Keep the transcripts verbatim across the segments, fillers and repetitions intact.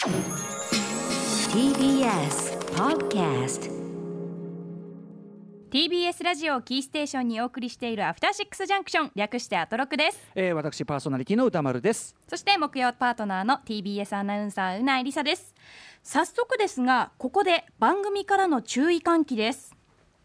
ティービーエス Podcast。 ティービーエス ラジオキーステーションにお送りしているアフターシックスジャンクション、略してアトロクです。 えー、私パーソナリティの歌丸です。 そして木曜パートナーの ティービーエス アナウンサーうないりさです。早速ですが、ここで番組からの注意喚起です。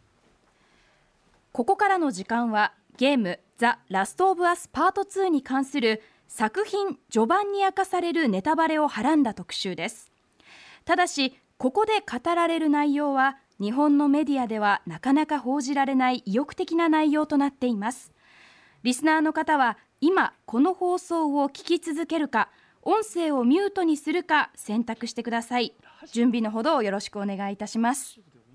ここからの時間はゲームザ・ラストオブアスパートツーに関する作品序盤に明かされるネタバレをはらんだ特集です。ただしここで語られる内容は日本のメディアではなかなか報じられない意欲的な内容となっています。リスナーの方は今この放送を聞き続けるか、音声をミュートにするか選択してください。準備のほどをよろしくお願いいたします。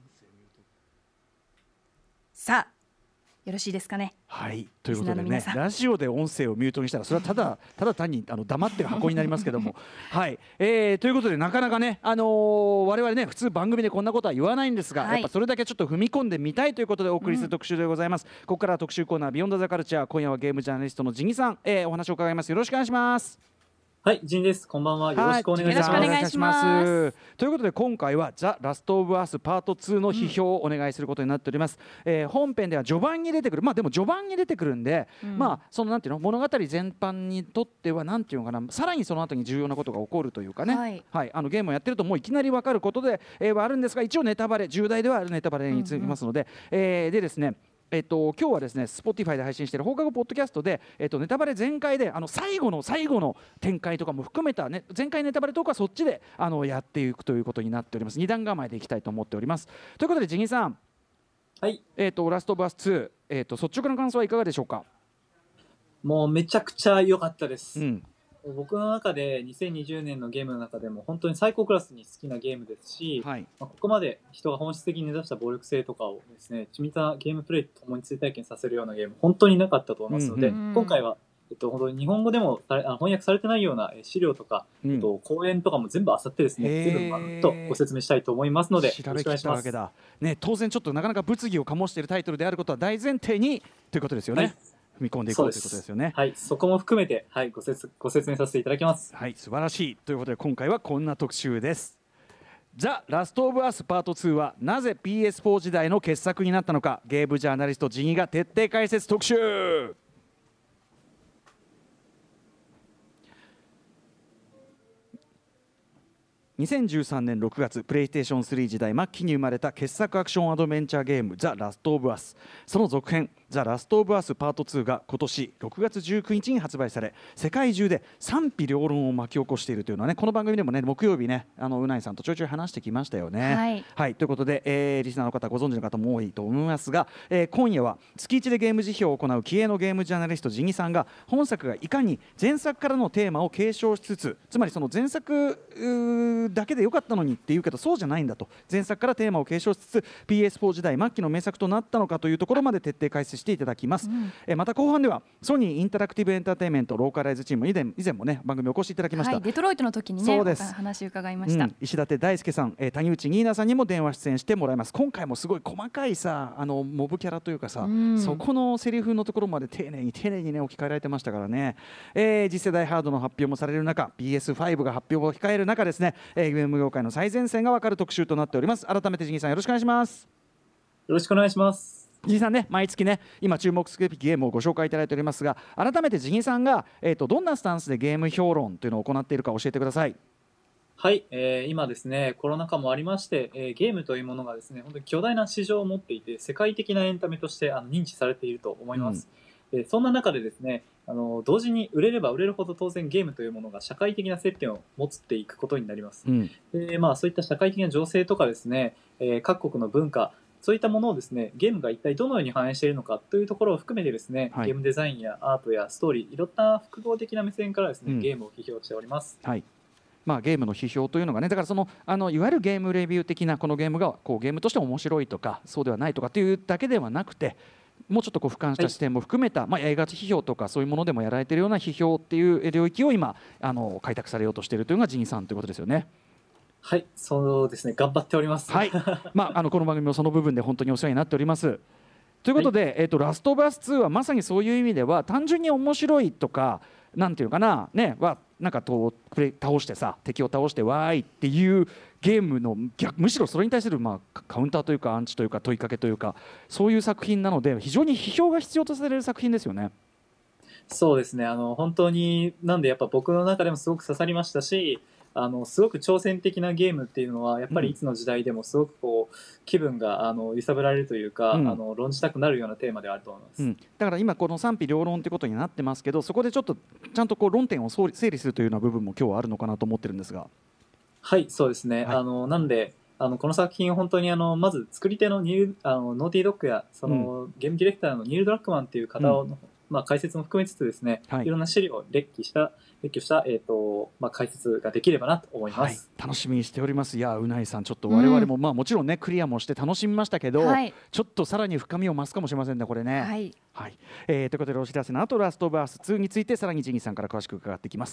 さあよろしいですかね。 はい、ということでね、ラジオで音声をミュートにしたらそれはただただ単にあの黙ってる箱になりますけどもはい、えー、ということでなかなかね、あのー、我々ね普通番組でこんなことは言わないんですが、はい、やっぱそれだけちょっと踏み込んでみたいということでお送りする特集でございます、うん、ここからは特集コーナービヨンドザカルチャー。今夜はゲームジャーナリストのジギさん、えー、お話を伺います。よろしくお願いします。 はい、ジンです。こんばんは。よろしくお願いします。 よろしくお願いします。 ということで今回はザ・ラストオブアスパートツーの批評をお願いすることになっております、うんえー、本編では序盤に出てくる、まあでも序盤に出てくるんで、うん、まあそのなんていうの物語全般にとってはなんていうのかな、さらにその後に重要なことが起こるというかね、はいはい、あのゲームをやってるともういきなり分かることで、えー、はあるんですが、一応ネタバレ重大ではあるネタバレにつきますので、うんうんえー、でですねえっと、今日はですね Spotify で配信している放課後ポッドキャストで、えっと、ネタバレ全開であの最後の最後の展開とかも含めた、ね、全開ネタバレトークはそっちであのやっていくということになっております。に段構えでいきたいと思っております。ということでジギさん、 はいえっと、ラストオブアスツー、えっと、率直な感想はいかがでしょうか。 もうめちゃくちゃ良かったです、 うん僕の中でにせんにじゅうねんのゲームの中でも本当に最高クラスに好きなゲームですし、はいまあ、ここまで人が本質的に目指した暴力性とかをですね、緻密なゲームプレイとともに追体験させるようなゲーム本当になかったと思いますので、うんうん、今回は、えっと、本当に日本語でもあ翻訳されてないような資料とか、うんえっと、講演とかも全部漁ってですね、全部まるっとご説明したいと思いますので、 調べきったわけだ、ね、当然ちょっとなかなか物議を醸しているタイトルであることは大前提にということですよね、はい踏み込んでいこうということですよね。 はい、そこも含めて、はい、ご説ご説明させていただきます。 はい、素晴らしい。ということで今回はこんな特集です。ザ・ラストオブアスパートツーはなぜ ピーエスフォー 時代の傑作になったのか、ゲームジャーナリストジギが徹底解説特集。にせんじゅうさんねんろくがつ、プレイステーションスリー時代末期に生まれた傑作アクションアドベンチャーゲームザ・ラストオブアス。その続編ザ・ラストオブアスパートツーが今年ろくがつじゅうくにちに発売され、世界中で賛否両論を巻き起こしているというのはね、この番組でもね木曜日ねあのうないさんとちょいちょい話してきましたよね。 はい、はい、 ということで、えー、リスナーの方ご存知の方も多いと思いますが、えー、今夜は月いちでゲーム辞表を行う気鋭のゲームジャーナリストジギさんが本作がいかに前作からのテーマを継承しつつ、つまりその前作だけで良かったのにっていうけどそうじゃないんだと、前作からテーマを継承しつつ ピーエスフォー 時代末期の名作となったのかというところまで徹底解説していただきます、うんえまた後半ではソニーインタラクティブエンターテインメントローカライズチーム以前以前もね番組お越しいただきました、 はい、デトロイトの時にねそうです話伺いました、うん、 石立大輔さん、えー、谷内ニーナさんにも電話出演してもらいます。今回もすごい細かいさあのモブキャラというかさ、うん、そこのセリフのところまで丁寧に丁寧にね置き換えられてましたからね、えー、次世代ハードの発表もされる中 ピーエスファイブ が発表を控える中ですね、えー、ゲーム業界の最前線が分かる特集となっております。改めてジギさんよろしくお願いします。 よろしくお願いします。 ジギさんね、毎月ね今注目すべきゲームをご紹介いただいておりますが、改めてジギさんが、えーと、どんなスタンスでゲーム評論というのを行っているか教えてください。 はい、えー、今ですねコロナ禍もありまして、えー、ゲームというものがですね本当に巨大な市場を持っていて世界的なエンタメとしてあの認知されていると思います、うん、でそんな中でですねあの同時に売れれば売れるほど当然ゲームというものが社会的な接点を持っていくことになります、うん、でまあ、そういった社会的な情勢とかですね、えー、各国の文化そういったものをですねゲームが一体どのように反映しているのかというところを含めてですね、はい、ゲームデザインやアートやストーリーいろんな複合的な目線からですね、うん、ゲームを批評しております、 はいまあ、ゲームの批評というのがねだからそのあのいわゆるゲームレビュー的なこのゲームがこうゲームとして面白いとかそうではないとかっていうだけではなくてもうちょっとこう俯瞰した視点も含めた、はいまあ、映画批評とかそういうものでもやられているような批評っていう領域を今あの開拓されようとしているというのがジギさんということですよね。 はい、そうですね頑張っております、 はいまあ、あのこの番組もその部分で本当にお世話になっておりますということで、はいえー、とラストオブアスツーはまさにそういう意味では単純に面白いとかなんていうかな、ね、はなんかとプレイ倒してさ敵を倒してわーいっていうゲームの逆むしろそれに対するまあカウンターというかアンチというか問いかけというかそういう作品なので非常に批評が必要とされる作品ですよね。 そうですね、あの本当になんでやっぱ僕の中でもすごく刺さりましたし、あのすごく挑戦的なゲームっていうのはやっぱりいつの時代でもすごくこう気分があの揺さぶられるというか、うん、あの論じたくなるようなテーマではあると思います、 うん、だから今この賛否両論ということになってますけど、そこでちょっとちゃんとこう論点を整理するというような部分も今日はあるのかなと思ってるんですが。 はいそうですね、はい、あのなんであのこの作品本当にあのまず作り手のニールあのノーティードッグやその、うん、ゲームディレクターのニール・ドラッグマンという方の、うんまあ、解説も含めつつですね、はい、いろんな資料を列記した列挙した、えーとまあ、解説ができればなと思います、 はい、楽しみにしております。いやうないさんちょっと我々も、うんまあ、もちろんねクリアもして楽しみましたけど、はい、ちょっとさらに深みを増すかもしれませんねこれね、はいはいえー、ということでお知らせの後ラストバースツーについてさらにジギーさんから詳しく伺っていきます。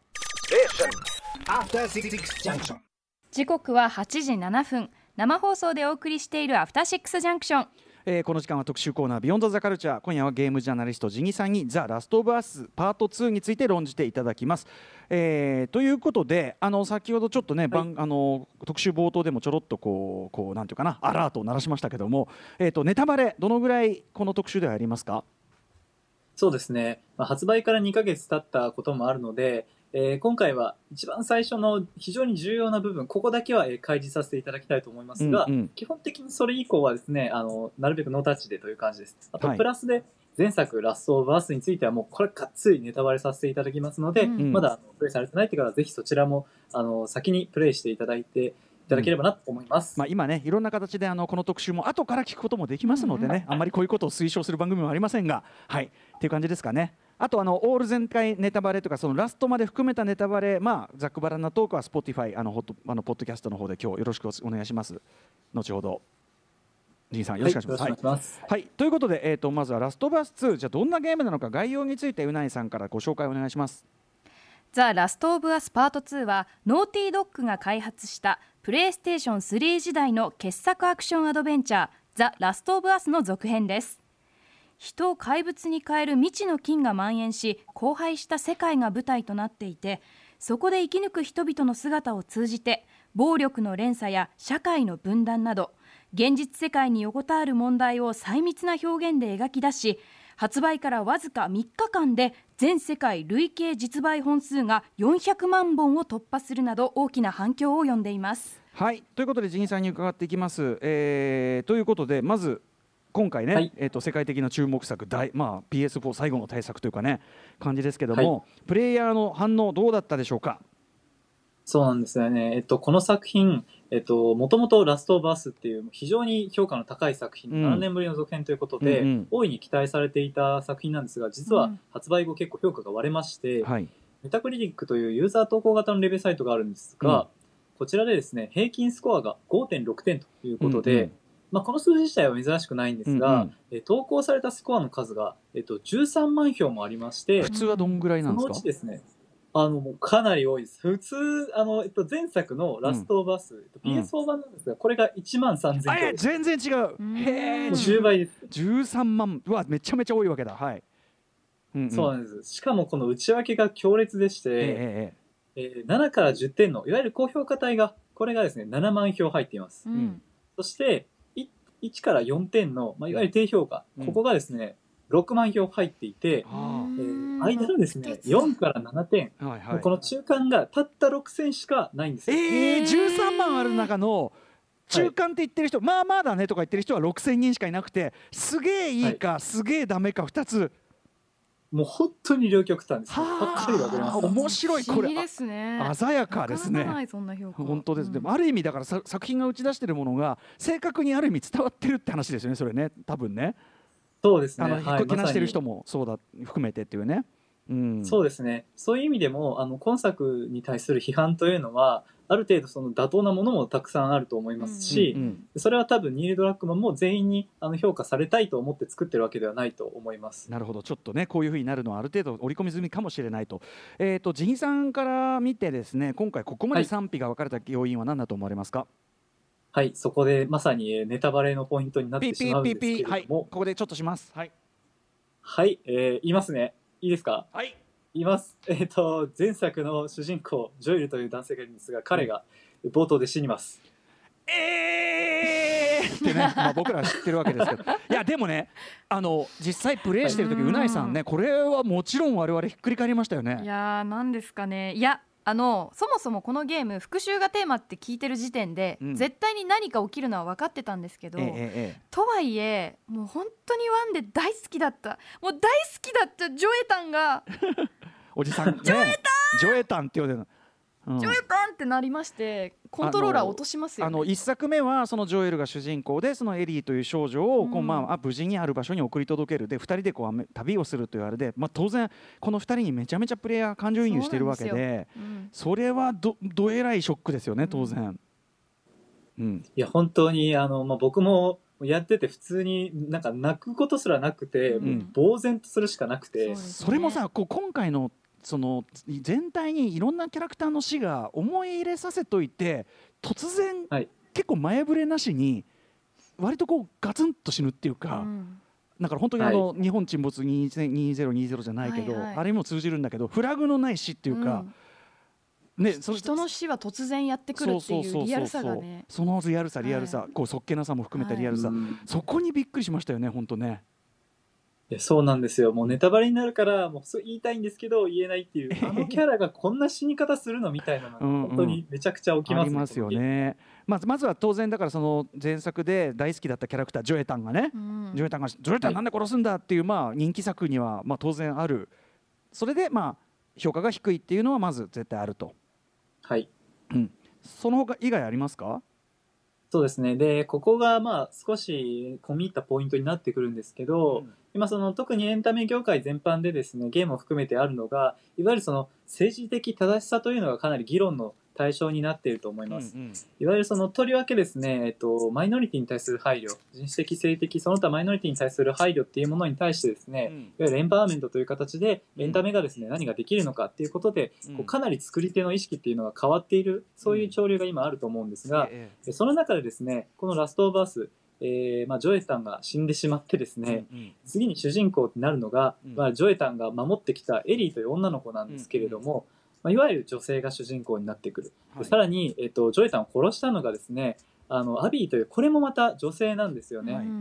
時刻ははちじななふん、生放送でお送りしているアフターシックスジャンクション。 えー、この時間は特集コーナービヨンドザカルチャー。今夜はゲームジャーナリストジギさんにザ・ラストオブアスパートツーについて論じていただきます、えー、ということであの先ほどちょっとね、はい、あの特集冒頭でもちょろっとこうこうなんていうかなアラートを鳴らしましたけども、えー、とネタバレどのぐらいこの特集ではありますか？ そうですね、まあ、発売からにかげつ経ったこともあるのでえー、今回は一番最初の非常に重要な部分ここだけは開示させていただきたいと思いますが、うんうん、基本的にそれ以降はですねあのなるべくノータッチでという感じです。あとプラスで前作ラストオブアスについてはもうこれがっつりネタバレさせていただきますので、うん、まだプレイされてないという方はぜひそちらもあの先にプレイしていただいていただければなと思います、 うんまあ、今ねいろんな形であのこの特集も後から聞くこともできますのでね、うん、あんまりこういうことを推奨する番組もありませんが、はいっていう感じですかね。あとあのオール全開ネタバレとかそのラストまで含めたネタバレ、まあざっくばらんなトークは Spotify あのホットあのポッドキャストの方で今日よろしくお願いします。後ほどジギさんよろしくお願いします。はい、はい、ということで、えー、とまずはラストバースツーじゃあどんなゲームなのか概要についてうないさんからご紹介お願いします。 ザ・ラストオブアスパートツーはノーティードッグが開発したプレイステーションスリー時代の傑作アクションアドベンチャーザ・ラストオブアスの続編です。人を怪物に変える未知の菌が蔓延し荒廃した世界が舞台となっていて、そこで生き抜く人々の姿を通じて暴力の連鎖や社会の分断など現実世界に横たわる問題を細密な表現で描き出し、発売からわずかみっかかんで全世界累計実売本数がよんひゃくまんぼんを突破するなど大きな反響を呼んでいます。 はいということでジギさんに伺っていきます、えー、ということでまず今回ね、はいえー、と世界的な注目作大、まあ、ピーエスフォー 最後の大作というかね感じですけども、はい、プレイヤーの反応どうだったでしょうか？ そうなんですよね、えっと、この作品もともとラストオブアスっていう非常に評価の高い作品、うん、ななねんぶりの続編ということで、うんうん、大いに期待されていた作品なんですが実は発売後結構評価が割れまして、うんはい、メタクリティックというユーザー投稿型のレビューサイトがあるんですが、うん、こちらでですね平均スコアが ごてんろくてんということで、うんうんまあ、この数字自体は珍しくないんですが、うんうんえ投稿されたスコアの数が、えっと、じゅうさんまんひょうもありまして、 普通はどんぐらいなんですか？ そのうちですねあのもうかなり多いです。普通あの、えっと、前作のラストオブアス、うん、ピーエスフォー 版なんですがこれがいちまんさんぜんひょうです。 全然違う。へーじゅうばいです。 じゅうさんまんうわめちゃめちゃ多いわけだ。はい、 うんうん、そうなんです。しかもこの内訳が強烈でして、えーえー、ななからじゅってんのいわゆる高評価帯がこれがですねななまんひょう入っています、うん、そしていちからよんてんの、まあ、いわゆる低評価、うん、ここがですねろくまんひょう入っていて、えー、間のですねよんからななてん、はいはい、この中間がたったろくせんしかないんですよ。 えー、じゅうさんまんある中の中間って言ってる人、はい、まあまあだねとか言ってる人はろくせんにんしかいなくてすげえいいか、はい、すげえダメかふたつもう本当に両極端です。ばっかり分かります。 面白いこれです、ね、 鮮やかですね。 そんな評価本当です、うん、でもある意味だから作品が打ち出しているものが正確にある意味伝わってるって話ですよねそれね多分ね。 そうですね。 あの、はい、けなしてる人もそうだ含めてっていうね、 うん、そうですね。そういう意味でもあの今作に対する批判というのはある程度その妥当なものもたくさんあると思いますし、うんうん、それは多分ニール・ドラッグマンも全員にあの評価されたいと思って作ってるわけではないと思います。 なるほどちょっとねこういう風になるのはある程度織り込み済みかもしれないと。えーとジギさんから見てですね今回ここまで賛否が分かれた要因は何だと思われますか？ はい、はい、そこでまさにネタバレのポイントになってしまうんですけれども、 ピーピーピーピー、はい、ここでちょっとします。はい、 はいえー、言いますね。いいですか？ はいいます。えっ、と前作の主人公ジョエルという男性がいるんですが、彼が冒頭で死にます。 えーってね、まあ、僕らは知ってるわけですけど、いやでもね、あの実際プレイしてる時、うないさんね、これはもちろん我々ひっくり返りましたよね。 いやー、なんですかね。いや、あのそもそもこのゲーム復讐がテーマって聞いてる時点で、うん、絶対に何か起きるのは分かってたんですけど、ええええ、とはいえもう本当にワンで大好きだったもう大好きだったジョエタンがおじさん、ね、 ジョエタンジョエタンって呼んでるの、うん、 ジョエタンってなりまして、コントローラー落としますよね。 あのいっさくめはそのジョエルが主人公で、そのエリーという少女をこう、まあ、無事にある場所に送り届けるで、ふたりでこう旅をするというあれで、まあ、当然このふたりにめちゃめちゃプレイヤー感情移入してるわけ で, で、うん、それは ど, どえらいショックですよね当然、 うんうん、いや本当にあの、まあ、僕もやってて普通になんか泣くことすらなくて、うん、呆然とするしかなくて、 そ, ね、それもさ、こう今回のその全体にいろんなキャラクターの死が思い入れさせといて、突然、はい、結構前触れなしに割とこうガツンと死ぬっていうか、うん、だから本当にあの、はい、日本沈没にせんにじゅうにじゅうじゃないけど、はいはい、あれも通じるんだけど、フラグのない死っていうか、うんね、そ人の死は突然やってくるっていうリアルさがね、 そのリアルさリアルさ、はい、こうそっけなさも含めたリアルさ、はい、そこにびっくりしましたよね本当ね。 いやそうなんですよ。もうネタバレになるからもうそう言いたいんですけど言えないっていう、あのキャラがこんな死に方するのみたいなのが本当にめちゃくちゃ起きますね。 ありますよね。まずまずは当然だから、その前作で大好きだったキャラクタージョエタンがね、うん、ジョエタンがジョエタンなんで殺すんだっていう、まあ人気作にはまあ当然ある。それでまあ評価が低いっていうのはまず絶対あると。 はい、 うん、その他以外ありますか？ そうですね。でここがまあ少し込み入ったポイントになってくるんですけど、うん、今その特にエンタメ業界全般でですね、ゲームを含めてあるのが、いわゆるその政治的正しさというのがかなり議論の対象になっていると思います。うんうん、いわゆるそのとりわけですね、えっと、マイノリティに対する配慮、人種的、性的、その他マイノリティに対する配慮っていうものに対してですね、うん、いわゆるエンパワーメントという形でエンタメがですね、うん、何ができるのかっていうことで、うん、こうかなり作り手の意識っていうのが変わっている、そういう潮流が今あると思うんですが、うん、その中でですね、このラストオブアス、えーまあ、ジョエタンが死んでしまってですね、うんうん、次に主人公になるのが、うんまあ、ジョエタンが守ってきたエリーという女の子なんですけれども、うんうんまあ、いわゆる女性が主人公になってくる、はい、さらに、えーと、ジョエタンを殺したのがですね、あのアビーという、これもまた女性なんですよね、はいうん、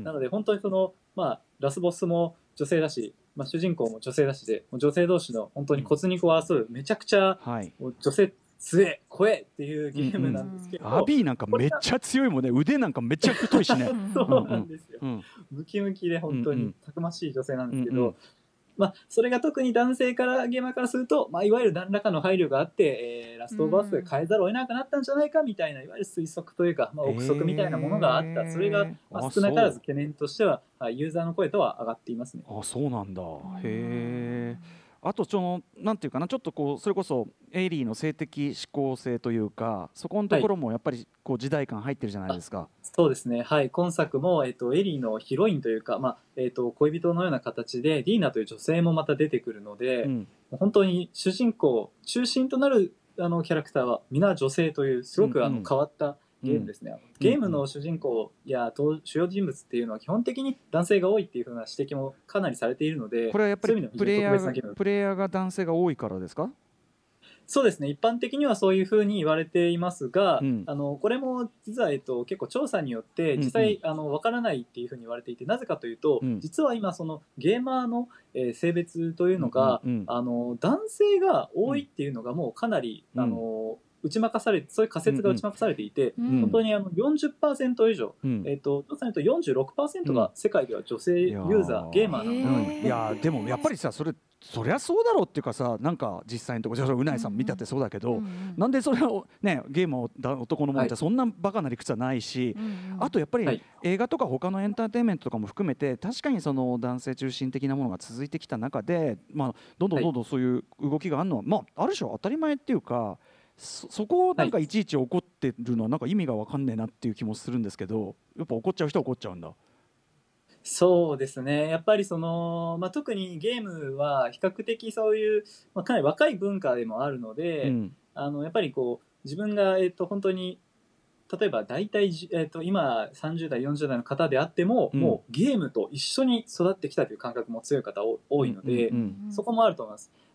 なので本当にその、まあ、ラスボスも女性だし、まあ、主人公も女性だしで、女性同士の本当に骨肉を争う、めちゃくちゃ、はい、女性強え怖えっていうゲームなんですけど、うんうん、 アビーなんかめっちゃ強いもんね、腕なんかめっちゃ太いしねそうなんですよ、うんうん、ムキムキで本当にたくましい女性なんですけど、うんうんまあ、それが特に男性からゲーマーからすると、まあ、いわゆる何らかの配慮があって、えー、ラストオブアスで変えざるを得なくなったんじゃないかみたいな、いわゆる推測というか、まあ、憶測みたいなものがあった、えー、それが、まあ、少なからず懸念としてはユーザーの声とは上がっていますね。 あ、そうなんだ。へー。あとそのなんていうかな、ちょっとこうそれこそエイリーの性的指向性というか、そこのところもやっぱりこう時代感入ってるじゃないですか。 そうですね、はい、今作も、えっと、エリーのヒロインというか、まあえっと、恋人のような形でディーナという女性もまた出てくるので、うん、本当に主人公中心となるあのキャラクターは皆女性というすごくあの変わったゲームですね、うん、ゲームの主人公や主要人物っていうのは基本的に男性が多いっていう風な指摘もかなりされているので、 これはやっぱりプレイヤーが、プレイヤーが男性が多いからですか？ そうですね、一般的にはそういうふうに言われていますが、うん、あのこれも実は、えっと、結構調査によって実際、うんうん、あの分からないっていうふうに言われていて、なぜかというと、うん、実は今そのゲーマーの、えー、性別というのが、うんうんうん、あの男性が多いっていうのがもうかなり、うん、あの打ち負かされて、そういう仮説が打ち負かされていて、うんうん、本当にあの よんじゅっパーセント 以上、うん、えーと、調査によると よんじゅうろくパーセント が世界では女性ユーザー、うん、ゲーマーなんです、 うん、いやでもやっぱりさ、それそりゃそうだろうっていうかさ、なんか実際のところうないさん見たってそうだけど、うんうん、なんでそれをねゲームを男のものってそんなバカな理屈はないし、はい、あとやっぱり映画とか他のエンターテインメントとかも含めて確かにその男性中心的なものが続いてきた中で、まあ、どんどんどんどんそういう動きがあるのは、まあ、ある種当たり前っていうか、そ, そこをなんかいちいち怒ってるのはなんか意味が分かんねえなっていう気もするんですけど、やっぱ怒っちゃう人は怒っちゃうんだ。 そうですね、やっぱりその、まあ、特にゲームは比較的そういう、まあ、かなり若い文化でもあるので、うん、あのやっぱりこう自分が、えー、と本当に例えば大体、えー、と今さんじゅう代よんじゅう代の方であっても、うん、もうゲームと一緒に育ってきたという感覚も強い方多いので、うんうんうん、そこもあると思います。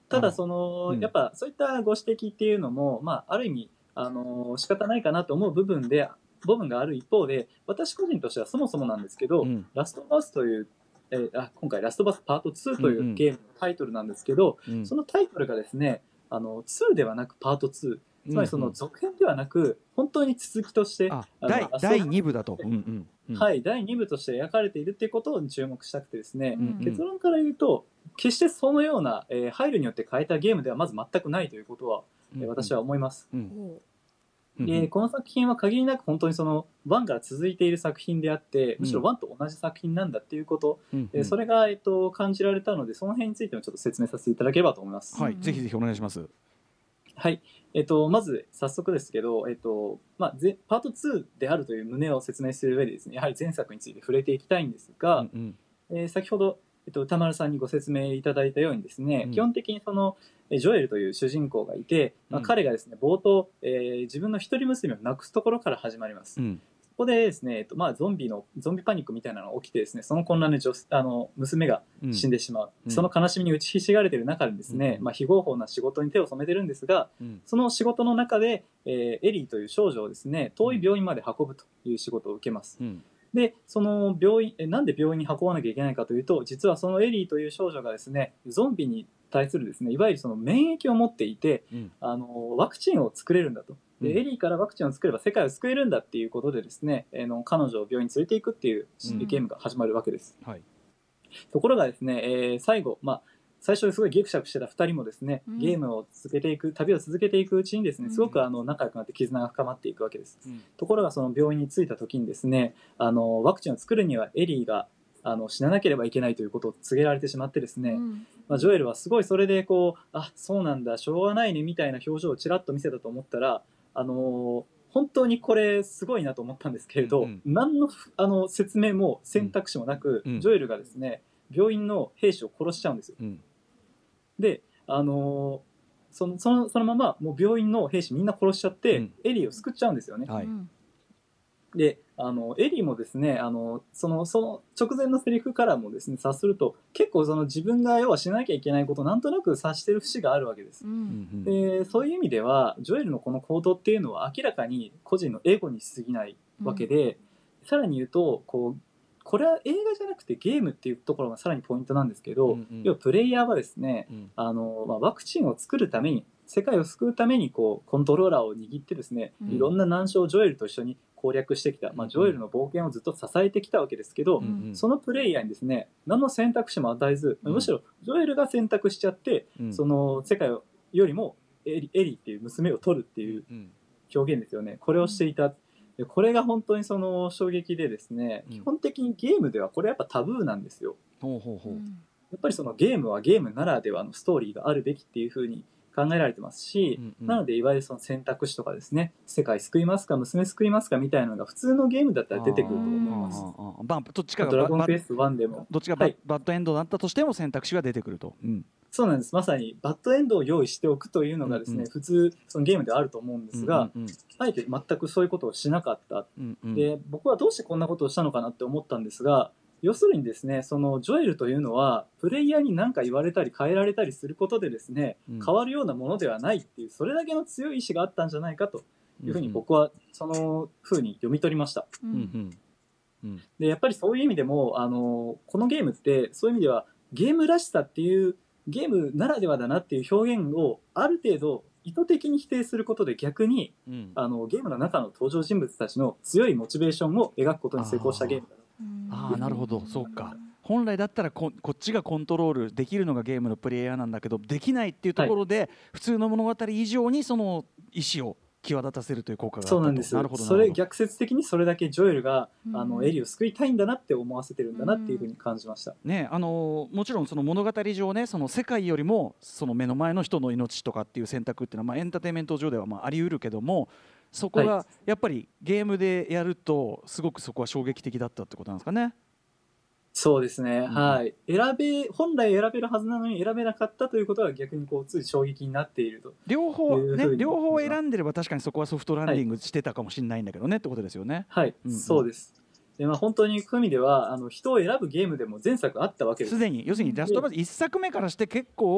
ただその、 うんやっぱそういったご指摘っていうのも、まあ、ある意味あの仕方ないかなと思う部分で部分がある一方で、私個人としてはそもそもなんですけど、 うん、 ラストバースという、えー、あ今回ラストバースパートツーというゲームのタイトルなんですけど、 うん、 そのタイトルがですね、あのツーではなくパートツー、つまりその続編ではなく本当に続きとして、 ああの第だいに部部だと、うんうんうん、 はい、だいに部として描かれているっていうことに注目したくてですね、 うん結論から言うと決してそのような、えー配慮によって変えたゲームではまず全くないということは、えー私は思います。 うんほうんでこの作品は限りなく本当にそのワンから続いている作品であってむしろワンと同じ作品なんだっていうこと、 うんえーそれが、えっと、感じられたのでその辺についてもちょっと説明させていただければと思います。 はい、 うんぜひぜひお願いします。 はい、えっと、まず早速ですけど、えっとまあ、ぜパートツーであるという旨を説明する上でですね、やはり前作について触れていきたいんですが、 うんうんえー先ほど、えっと、歌丸さんにご説明いただいたようにですね、 うん基本的にそのえージョエルという主人公がいて、まあ、 うん彼がですね冒頭、えー自分の一人娘を亡くすところから始まります。 うんそこでですね、えっとまあ、ゾンビのゾンビパニックみたいなのが起きてですね、その混乱で女あの娘がうん死んでしまう、 うんその悲しみに打ちひしがれている中でですね、 うんまあ、非合法な仕事に手を染めてるんですが、 うんその仕事の中で、えーエリーという少女をですね遠い病院まで運ぶという仕事を受けます。 うんでその病院えなんで病院に運ばなきゃいけないかというと、実はそのエリーという少女がですねゾンビに対するですねいわゆるその免疫を持っていて、 うんあのワクチンを作れるんだと。でうんエリーからワクチンを作れば世界を救えるんだっていうことでですね、あの彼女を病院に連れていくっていううんゲームが始まるわけです。 はいところがですね、えー最後、まあ、最初すごいギクシャクしてたふたりもですね、 うんゲームを続けていく旅を続けていくうちにですねうんすごくあの仲良くなって絆が深まっていくわけです。 うんところがその病院に着いた時にですね、あのワクチンを作るにはエリーがあの死ななければいけないということを告げられてしまってですね、 うんまあ、ジョエルはすごいそれでこうあそうなんだしょうがないねみたいな表情をちらっと見せたと思ったら、あのー本当にこれすごいなと思ったんですけれど、 うんうん何のあの説明も選択肢もなく、 うんジョエルがですね病院の兵士を殺しちゃうんですよ。 うんで、あのーそのそのそのままもう病院の兵士みんな殺しちゃって、 うんエリーを救っちゃうんですよね。 はいうんであのエリーもですねあのそのその直前のセリフからもですね察すると結構その自分が要はしなきゃいけないことをなんとなく察してる節があるわけですう。 うんんでそういう意味ではジョエルのこの行動っていうのは明らかに個人のエゴに過ぎないわけで、さらに言うとこうこれは映画じゃなくてゲームっていうところがさらにポイントなんですけど、 うんうん要はプレイヤーはですねうんあの、まあ、ワクチンを作るために世界を救うためにこうコントローラーを握ってですね、 うんいろんな難所をジョエルと一緒に攻略してきた、まあ、ジョエルの冒険をずっと支えてきたわけですけど、 うんうんそのプレイヤーにですね何の選択肢も与えず、 うんむしろジョエルが選択しちゃって、 うんその世界よりもエリエリーっていう娘を取るっていううん表現ですよね。これをしていた。でこれが本当にその衝撃でですね、 うん基本的にゲームではこれやっぱタブーなんですよ。 ほうほうほううんやっぱりそのゲームはゲームならではのストーリーがあるべきっていう風に考えられてますし、 うんうんなのでいわゆるその選択肢とかですね、世界救いますか娘救いますかみたいなのが普通のゲームだったら出てくると思います。 あーあーあーまあどっちかがドラゴンバクエストワンでもどっちがバ,、 はいバッドエンドだったとしても選択肢が出てくると、うんそうなんです。まさにバッドエンドを用意しておくというのがですね、 うんうん普通そのゲームではあると思うんですが、 うんあえて全くそういうことをしなかった。 うんうんで僕はどうしてこんなことをしたのかなって思ったんですが、要するにですねそのジョエルというのはプレイヤーに何か言われたり変えられたりすることでですね、 うん変わるようなものではないっていうそれだけの強い意志があったんじゃないかというふうに僕はそのふうに読み取りました。 ううんんうんでやっぱりそういう意味でもあのこのゲームってそういう意味ではゲームらしさっていうゲームならではだなっていう表現をある程度意図的に否定することで逆にうんあのゲームの中の登場人物たちの強いモチベーションを描くことに成功したゲームだな。 ああなるほどそうか。本来だったらここっちがコントロールできるのがゲームのプレイヤーなんだけどできないっていうところで、普通の物語以上にその意思を際立たせるという効果があったと。 そうなんです。 なるほどそれ逆説的にそれだけジョエルが、 うんあのエリーを救いたいんだなって思わせてるんだなっていうふうに感じました。 ね、あのもちろんその物語上ねその世界よりもその目の前の人の命とかっていう選択っていうのは、まあ、エンターテインメント上ではまああり得るけどもそこはがやっぱりゲームでやるとすごくそこは衝撃的だったってことなんですかね。 そうですね、 んはい。選べ本来選べるはずなのに選べなかったということが逆にこうつい衝撃になっていると。 両方ねいうふうに両方選んでれば確かにそこはソフトランディングしてたかもしれないんだけどね、ってことですよね。 はい、 うんうんそうです。でまあ本当にそういう意味ではあの人を選ぶゲームでも前作あったわけです。 すでに要するにラストバースいっさくめからして結構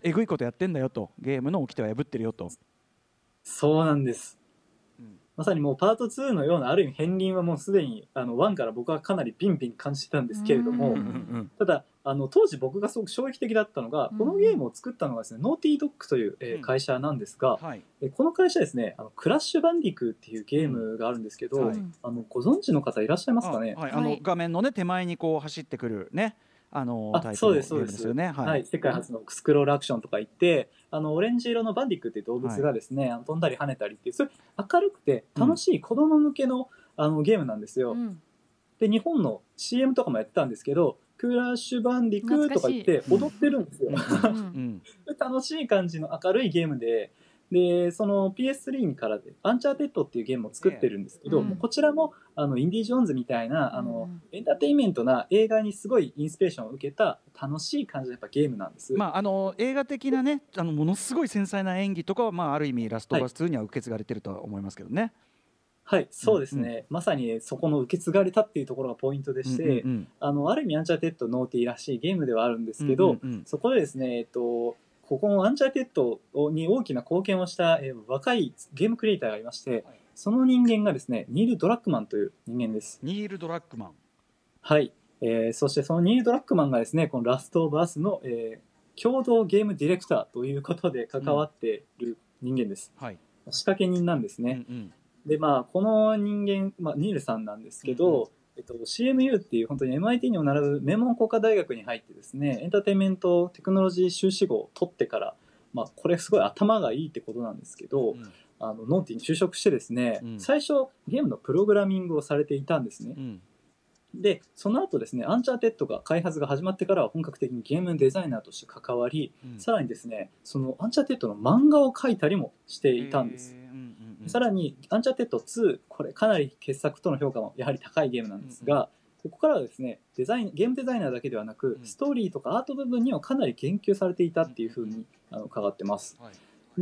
えぐいことやってんだよと、ゲームの掟は破ってるよと。 そうなんです、 うん、 まさにもうパートツーのようなある意味片鱗はもうすでにあのワンから僕はかなりビンビン感じてたんですけれども、ただあの当時僕がすごく衝撃的だったのが、このゲームを作ったのがですね、ノーティードッグという、えー、会社なんですが、うん、はい、えこの会社ですね、あのクラッシュバンディクーっていうゲームがあるんですけど、うん、はい、あのご存知の方いらっしゃいますかね。 あ、はい、あの画面のね手前にこう走ってくるね、あのタイプのゲームですよね。はい、はい、 世界初のスクロールアクションとか言って、あのオレンジ色のバンディックっていう動物がですね、はい、あの飛んだり跳ねたりっていう、それ明るくて楽しい子供向けの、あのゲームなんですよ。うん、で日本の シーエム とかもやってたんですけど、クラッシュバンディクーとか言って踊ってるんですよ。楽しい感じの明るいゲームで、でその ピーエススリー からでアンチャーテッドっていうゲームを作ってるんですけど、うん、こちらもあのインディ・ジョーンズみたいなあの、うん、エンターテインメントな映画にすごいインスピレーションを受けた楽しい感じのやっぱゲームなんです。 まあ、あの映画的なね、あのものすごい繊細な演技とかは、まあ、ある意味ラストバスツーには受け継がれてるとは思いますけどね。 はい、そうですね、うんうん、まさにそこの受け継がれたっていうところがポイントでして、うんうんうん、あのある意味アンチャーテッドノーティーらしいゲームではあるんですけど、うんうんうん、そこでですね、えっとここのアンチャーテッドに大きな貢献をした、えー、若いゲームクリエイターがいまして、はい、その人間がですねニール・ドラッグマンという人間です。 ニール・ドラッグマン、 はい、えー、そしてそのニール・ドラッグマンがですねこのラスト・オブ・アスの、えー、共同ゲームディレクターということで関わっている人間です、うん、はい、仕掛け人なんですね、うんうん、でまあこの人間、まあ、ニールさんなんですけど、うんうん、えっと、シーエムユー っていう本当に エムアイティー にも並ぶ名門工科大学に入ってですねエンターテインメントテクノロジー修士号を取ってから、まあ、これすごい頭がいいってことなんですけど、うん、あのノーティに就職してですね、うん、最初ゲームのプログラミングをされていたんですね、うん、でその後ですねアンチャーテッドが開発が始まってからは本格的にゲームデザイナーとして関わり、うん、さらにですねそのアンチャーテッドの漫画を描いたりもしていたんです、さらにアンチャーテッドツー、これかなり傑作との評価もやはり高いゲームなんですが、うん、ここからはですねデザインゲームデザイナーだけではなく、うん、ストーリーとかアート部分にはかなり言及されていたっていうふうにあの伺ってます、はい、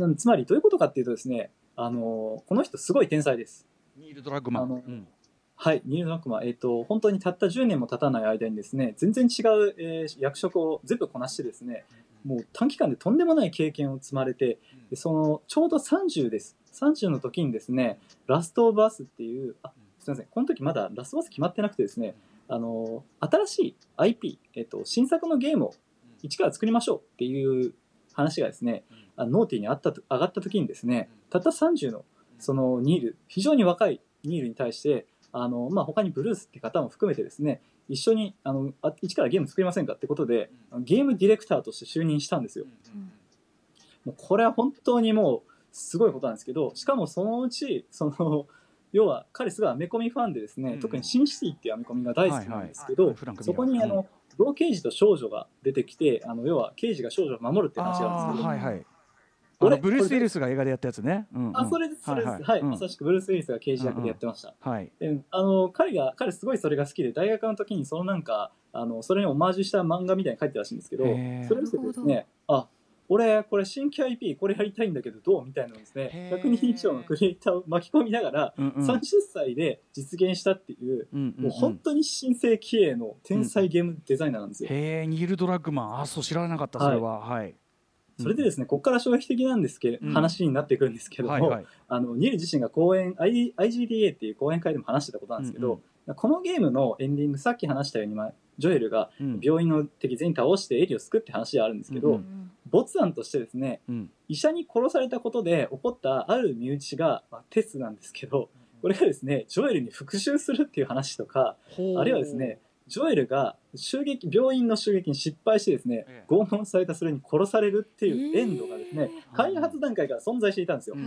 なんつまりどういうことかっていうとですねあのこの人すごい天才です。 ニール・ドラッグマン、うん、 はい、ニール・ドラッグマン、えーと、本当にたったじゅうねんも経たない間にですね全然違う、えー、役職を全部こなしてですね、もう短期間でとんでもない経験を積まれて、でそのちょうどさんじゅうです。さんじゅうの時にですねラストオブアスっていう、あ、すみません、この時まだラストオブアス決まってなくてですね、あの新しい アイピー、えっと、新作のゲームを一から作りましょうっていう話がですね、あのノーティーにあった上がった時にですね、たったさんじゅうのそのニール、非常に若いニールに対してあの、まあ、他にブルースって方も含めてですね一緒にあのあ一からゲーム作りませんかってことでゲームディレクターとして就任したんですよ。もうこれは本当にもうすごいことなんですけど、しかもそのうちその要は彼すごいアメコミファンでですね、うん、特にシンシティっていうアメコミが大好きなんですけど、はいはい、そこにあの老刑事と少女が出てきて、あの要は刑事が少女を守るっていう話があるんですけど、はいはい、 あのブルース・ウィリスが映画でやったやつね、うんうん、 あ、それですそれです、はいはい、はい、まさしくブルース・ウィリスが刑事役でやってました、うんうん、はい、であの彼が彼すごいそれが好きで大学の時にそのなんかあのそれにオマージュした漫画みたいに書いてたらしいんですけど、それを見てですね、あ、俺これ新規 アイピー これやりたいんだけどどうみたいなのですねひゃくにん以上のクリエイターを巻き込みながら、うんうん、さんじゅっさいで実現したっていう、うんうんうん、もう本当に新世紀鋭の天才ゲームデザイナーなんですよ、うん、 へー、ニール・ドラッグマン、あ、そう知らなかったそれは、はい、はい、 それでですね、ここから衝撃的なんですけど、うん、話になってくるんですけども、はいはい、あのニール自身が講演 アイジーディーエー っていう講演会でも話してたことなんですけど、うんうん、このゲームのエンディング、さっき話したように、まあ、ジョエルが病院の敵全員倒してエリを救って話があるんですけど、うんうん、没案としてですね、うん、医者に殺されたことで起こったある身内が、まあ、テスなんですけど、これがですねジョエルに復讐するっていう話とか、あるいはですねジョエルが襲撃病院の襲撃に失敗してですね、ええ、拷問されたそれに殺されるっていうエンドがですね、えー、開発段階から存在していたんですよ、うん、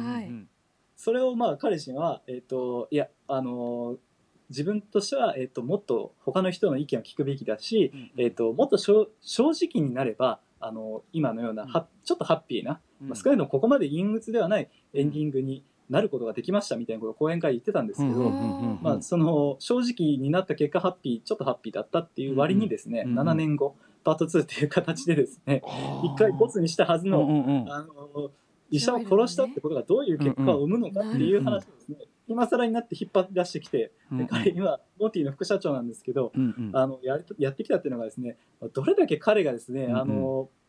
それをまあ彼自身は、えーと、いやあのー自分としては、えー、ともっと他の人の意見を聞くべきだし、うん、えー、ともっと正直になればあの今のような、うん、はちょっとハッピーな、うん、まあ、少なくともここまで陰鬱ではないエンディングになることができましたみたいなことを講演会で言ってたんですけど、まあ、その正直になった結果ハッピーちょっとハッピーだったっていう割にですね、うんうん、ななねんごパートツーっていう形でですね一回ボツにしたはずの、うんうんうん、あの医者を殺したってことがどういう結果を生むのかっていう話ですね、うんうん、今更になって引っ張り出してきて、うんうん、彼今モーティの副社長なんですけど、うんうん、あの や, やってきたっていうのがですねどれだけ彼がですね、うんうん、あの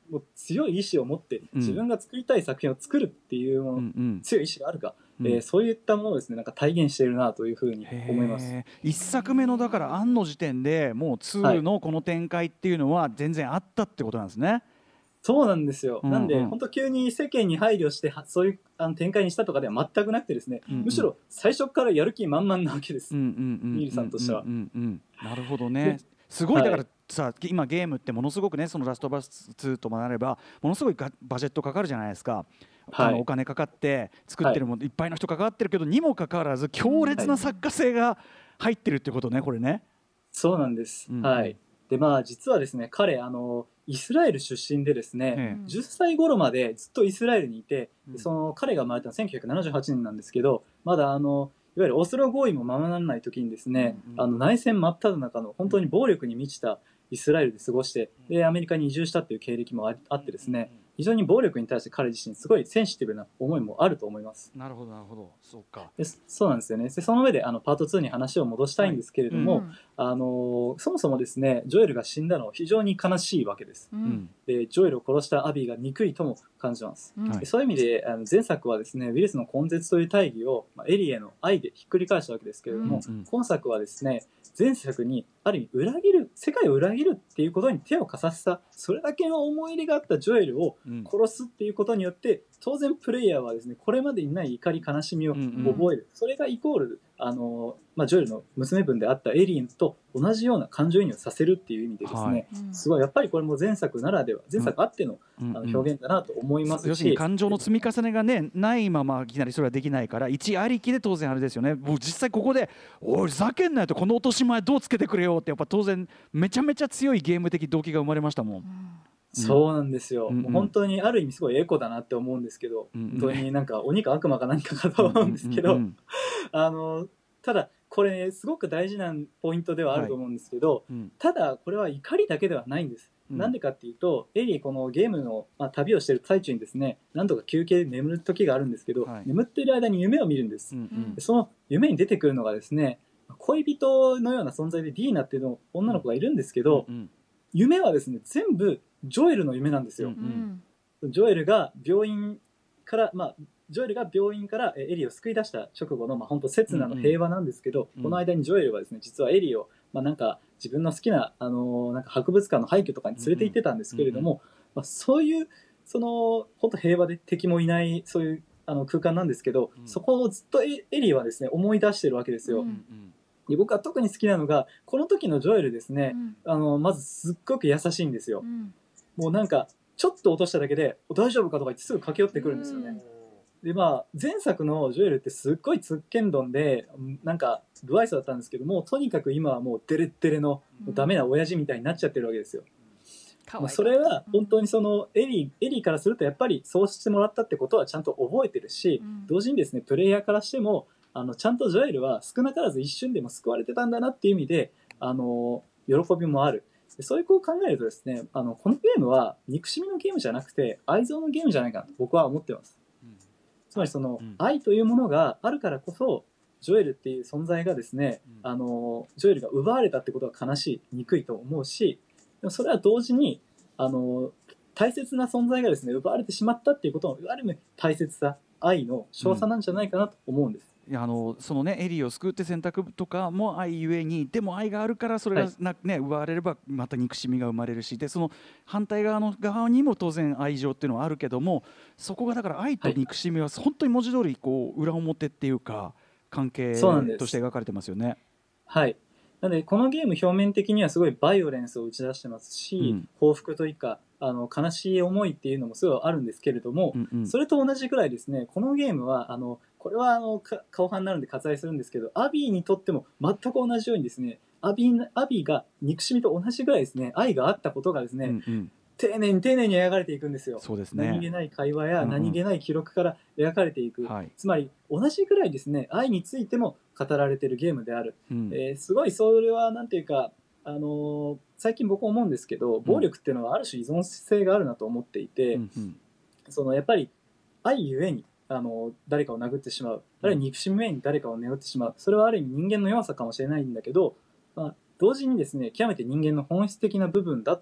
もう強い意志を持って自分が作りたい作品を作るっていうもの、うんうん、強い意志があるか、うんえー、そういったものをですねなんか体現しているなというふうに思います。 いっさくめのだから案の時点でもうにのこの展開っていうのは全然あったってことなんですね。はい、 そうなんですよ、うんうん、なんで本当急に世間に配慮してそういうあの展開にしたとかでは全くなくてですね、うんうん、むしろ最初からやる気満々なわけです、ニールさんとしては。 なるほどね。すごいだからさ、はい、今ゲームってものすごくねそのラストバスツーともなればものすごいバジェットかかるじゃないですか、はい、あのお金かかって作ってるもの、はい、いっぱいの人関わってるけどにもかかわらず強烈な作家性が入ってるってことねこれね。 そうなんです、うん、はいでまあ実はですね彼あのイスラエル出身でですね、うん、じゅっさい頃までずっとイスラエルにいて、うん、その彼が生まれたのはせんきゅうひゃくななじゅうはちねんなんですけどまだあのいわゆるオスロ合意もままならない時にですね、うんうん、あの内戦真っ只中の本当に暴力に満ちたイスラエルで過ごしてでアメリカに移住したっていう経歴も あ, あってですね非常に暴力に対して彼自身すごいセンシティブな思いもあると思います。 なるほどなるほどそうかでそうなんですよね。でその上であのパートツーに話を戻したいんですけれども、はいうん、あのそもそもですねジョエルが死んだのは非常に悲しいわけです、うん、でジョエルを殺したアビーが憎いとも感じます、うん、でそういう意味であの前作はですねウイルスの根絶という大義を、まあ、エリーへの愛でひっくり返したわけですけれども、うん、今作はですね前作にある意味裏切る世界を裏切るっていうことに手をかざしたそれだけの思い入れがあったジョエルを殺すっていうことによって、うん、当然プレイヤーはですねこれまでにない怒り悲しみを覚える、うんうん、それがイコールあの、まあ、ジョエルの娘分であったエリーと同じような感情移入をさせるっていう意味でですね、はい、すごいやっぱりこれも前作ならでは前作あっての、うん、あの表現だなと思いますし、 要するに感情の積み重ねがねないままいきなりそれはできないから一ありきで当然あれですよね。もう実際ここでおいふざけんなよとこの落とし前どうつけてくれよってやっぱ当然めちゃめちゃ強いゲーム的動機が生まれましたもん、うんそうなんですよ、うんうん、もう本当にある意味すごいエコだなって思うんですけど、うんうん、本当になんか鬼か悪魔か何かかと思うんですけど、うんうんうん、あのただこれすごく大事なポイントではあると思うんですけど、はいうん、ただこれは怒りだけではないんです、うん、なんでかっていうとエリーこのゲームの、まあ、旅をしている最中にですね何度か休憩で眠る時があるんですけど、はい、眠っている間に夢を見るんです、うんうん、その夢に出てくるのがですね恋人のような存在でディーナっていうの女の子がいるんですけど、うんうん、夢はですね全部ジョエルの夢なんですよ、うんうん、ジョエルが病院から、まあ、ジョエルが病院からエリーを救い出した直後の、まあ、本当刹那の平和なんですけど、うんうん、この間にジョエルはですね実はエリーを、まあ、なんか自分の好きな、あのー、なんか博物館の廃墟とかに連れて行ってたんですけれども、うんうんまあ、そういうその本当平和で敵もいないそういうあの空間なんですけど、うん、そこをずっとエリーはですね思い出してるわけですよ、うんうんで僕は特に好きなのがこの時のジョエルですね、うん、あのまずすっごく優しいんですよ、うん、もうなんかちょっと落としただけで大丈夫かとか言ってすぐ駆け寄ってくるんですよね、うん、でまあ前作のジョエルってすっごいつっけんどんでなんか不愛想だったんですけどもとにかく今はもうデレッデレのダメな親父みたいになっちゃってるわけですよ、うんまあ、それは本当にそのエリー、エリーからするとやっぱりそうしてもらったってことはちゃんと覚えてるし、うん、同時にですねプレイヤーからしてもあのちゃんとジョエルは少なからず一瞬でも救われてたんだなっていう意味であの喜びもある。そういうこう考えるとですねあのこのゲームは憎しみのゲームじゃなくて愛憎のゲームじゃないかなと僕は思ってます、うん、つまりその、うん、愛というものがあるからこそジョエルっていう存在がですね、うん、あのジョエルが奪われたってことは悲しい憎いと思うしでもそれは同時にあの大切な存在がですね奪われてしまったっていうことのある意味大切さ愛の少佐なんじゃないかなと思うんです、 いやあのそのねエリーを救って選択とかも愛ゆえにでも愛があるからそれがな、ね、奪われればまた憎しみが生まれるしでその反対側の側にも当然愛情っていうのはあるけどもそこがだから愛と憎しみは本当に文字通りこう裏表っていうか関係として描かれてますよね。 はいなのでこのゲーム表面的にはすごいバイオレンスを打ち出してますし、うん、報復というかあの悲しい思いっていうのもすごいあるんですけれども、うんうん、それと同じくらいですねこのゲームはあのこれはあの後半になるんで割愛するんですけどアビーにとっても全く同じようにですねアビー、アビーが憎しみと同じくらいですね愛があったことがですね、うんうん丁寧に丁寧に描かれていくんですよ。 そうですね、 何気ない会話や何気ない記録から描かれていく、うんうん、つまり同じくらいですね愛についても語られているゲームである、うんえー、すごいそれはなんていうか、あのー、最近僕思うんですけど暴力っていうのはある種依存性があるなと思っていて、うんうん、そのやっぱり愛ゆえにあの誰かを殴ってしまうあるいは憎しみゆえに誰かを殴ってしまうそれはある意味人間の弱さかもしれないんだけど、まあ、同時にですね極めて人間の本質的な部分だと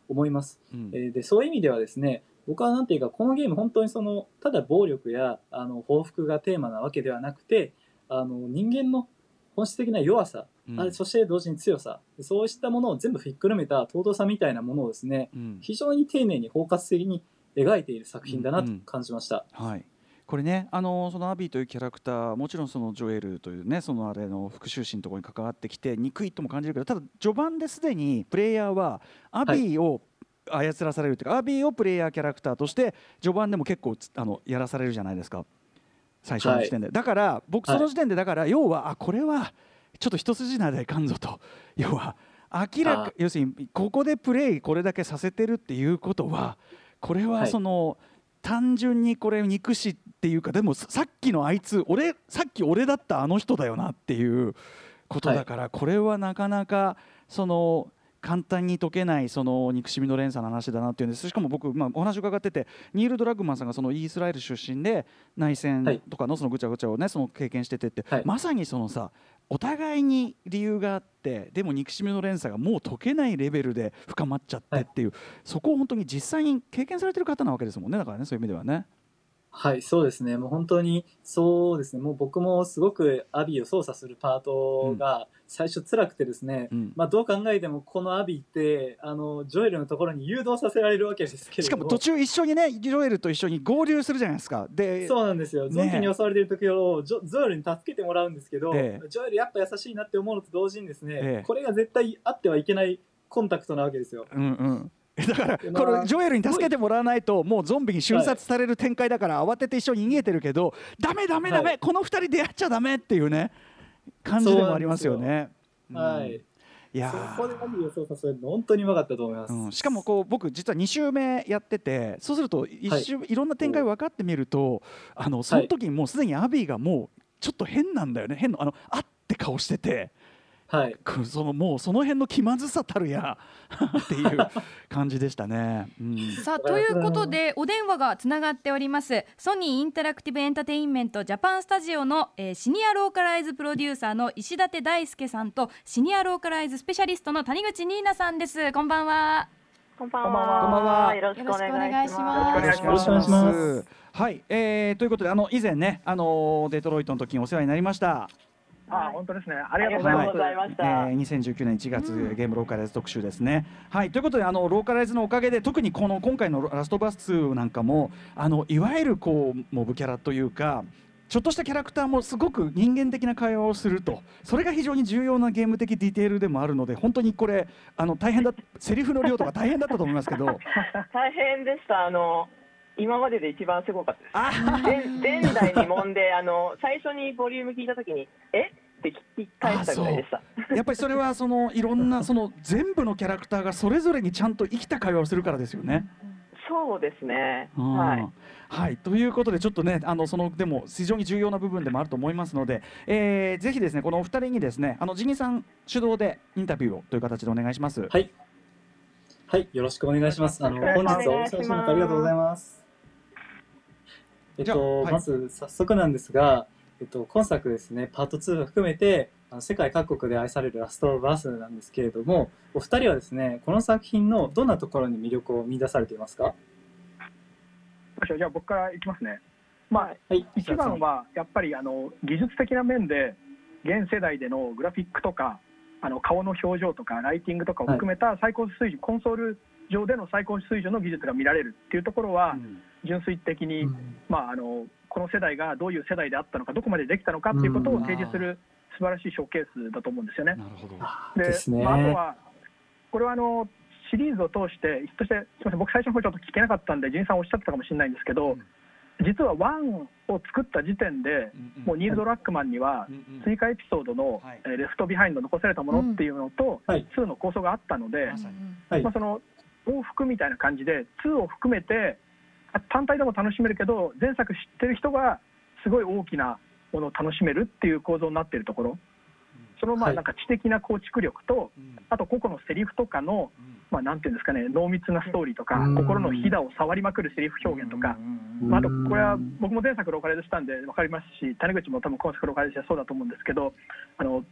思います。 うんえーでそういう意味ではですね、僕はなんていうかこのゲーム本当にそのただ暴力やあの報復がテーマなわけではなくて、あの人間の本質的な弱さ、 うんあそして同時に強さ、そうしたものを全部ひっくるめた尊さみたいなものをですね、 うん非常に丁寧に包括的に描いている作品だなと感じました。 はい、これね、あのそのアビーというキャラクター、もちろんそのジョエルというね、そのあれの復讐心のところに関わってきて憎いとも感じるけど、ただ序盤ですでにプレイヤーはアビーを操らされるというか、はい、アビーをプレイヤーキャラクターとして序盤でも結構あのやらされるじゃないですか、最初の時点で、はい、だから僕その時点でだから、はい、要はあこれはちょっと一筋縄ではいかんぞと、要は明らか要するにここでプレイこれだけさせてるっていうことは、これはその、はい、単純にこれ憎しっていうか、でもさっきのあいつ俺さっき俺だったあの人だよなっていうことだから、はい、これはなかなかその簡単に解けないその憎しみの連鎖の話だなっていうんです。しかも僕、まあ、お話伺っててニール・ドラッグマンさんがそのイスラエル出身で内戦とかのそのぐちゃぐちゃをねその経験しててって、はい、まさにそのさお互いに理由があってでも憎しみの連鎖がもう解けないレベルで深まっちゃってっていう、はい、そこを本当に実際に経験されてる方なわけですもんね。だからね、そういう意味ではね。 はい、そうですね。もう本当にそうですね。もう僕もすごくアビーを操作するパートが最初辛くてですね。うん、まあどう考えてもこのアビーってあのジョエルのところに誘導させられるわけですけれども。 しかも途中一緒にねジョエルと一緒に合流するじゃないですか。で、 そうなんですよ。ゾンビに襲われてる時をジョ、ジョエルに助けてもらうんですけど、ええ、ジョエルやっぱ優しいなって思うのと同時にですね、ええ、これが絶対あってはいけないコンタクトなわけですよ。 うんうんだからこれジョエルに助けてもらわないともうゾンビに瞬殺される展開だから慌てて一緒に逃げてるけど、ダメダメダメ、はい、このふたり出会っちゃダメっていうね感じでもありますよね。 うん、はい。いやそこでアビーを操作するの本当にうまかったと思います。 うん、しかもこう僕実はに週目やってて、そうすると一周、はい、いろんな展開分かってみると、あのその時にもうすでにアビーがもうちょっと変なんだよね。変なあのあって顔してて。はい、そのもうその辺の気まずさたるやっていう感じでしたね。うん、 さあということでお電話がつながっております。ソニーインタラクティブエンターテインメントジャパンスタジオの、えー、シニアローカライズプロデューサーの石立大輔さんとシニアローカライズスペシャリストの谷口ニーナさんです。こんばんは。 こんばんは。 こんばんは。 よろしくお願いします。 よろしくお願いします。はい、えー、ということであの以前ねあのデトロイトの時にお世話になりました。 あ、本当ですね。ありがとうございました。 はい、えー、にせんじゅうきゅうねんいちがつ、うん、ゲームローカライズ特集ですね。はい、ということであのローカライズのおかげで特にこの今回のラストバスツーなんかもあのいわゆるこうモブキャラというかちょっとしたキャラクターもすごく人間的な会話をすると、それが非常に重要なゲーム的ディテールでもあるので本当にこれあの大変だセリフの量とか大変だったと思いますけど大変でした。あの今までで一番すごかったです。前代未聞であの最初にボリューム聞いたときにえって聞き返したぐらいでした。 やっぱりそれはそのいろんなその全部のキャラクターがそれぞれにちゃんと生きた会話をするからですよね。 そうですね。はい、 はい、ということでちょっとねあのそのでも非常に重要な部分でもあると思いますので、えー、ぜひですねこのお二人にですねあのジニさん主導でインタビューをという形でお願いします。 はい。はい、よろしくお願いします。あの本日はお忙しい中ありがとうございます。えっと、はい、まず早速なんですが、えっと、今作ですね、パートツーを含めて、あの世界各国で愛されるラストオブアスなんですけれども、お二人はですね、この作品のどんなところに魅力を見出されていますか？ じゃあ僕からいきますね。まあ、はい、一番はやっぱりあの技術的な面で、現世代でのグラフィックとか、あの顔の表情とかライティングとかを含めた最高水準、はい、コンソール上での最高水準の技術が見られるっていうところは、うん、純粋的に、うん、まあ、あのこの世代がどういう世代であったのかどこまでできたのかっていうことを提示する素晴らしいショーケースだと思うんですよね。 なるほど。 でですね。 まあ、あとはこれはあのシリーズを通してそしてすみません僕最初の方ちょっと聞けなかったんでジンさんおっしゃってたかもしれないんですけど、うん、実はワンを作った時点で、うんうん、もうニール・ドラッグマンには追加エピソードの、はい、えー、レフトビハインド残されたものっていうのと、うん、ツーの構想があったので、はい、まあ、その往復みたいな感じでツーを含めて単体でも楽しめるけど前作知ってる人がすごい大きなものを楽しめるっていう構造になっているところ、そのまあなんか知的な構築力と、あと個々のセリフとかの、まあ、なんていうんですかね、濃密なストーリーとか心のひだを触りまくるセリフ表現とか、まあ、あとこれは僕も前作ローカライズしたんで分かりますし、谷口も多分今作ローカライズしたらそうだと思うんですけど、あの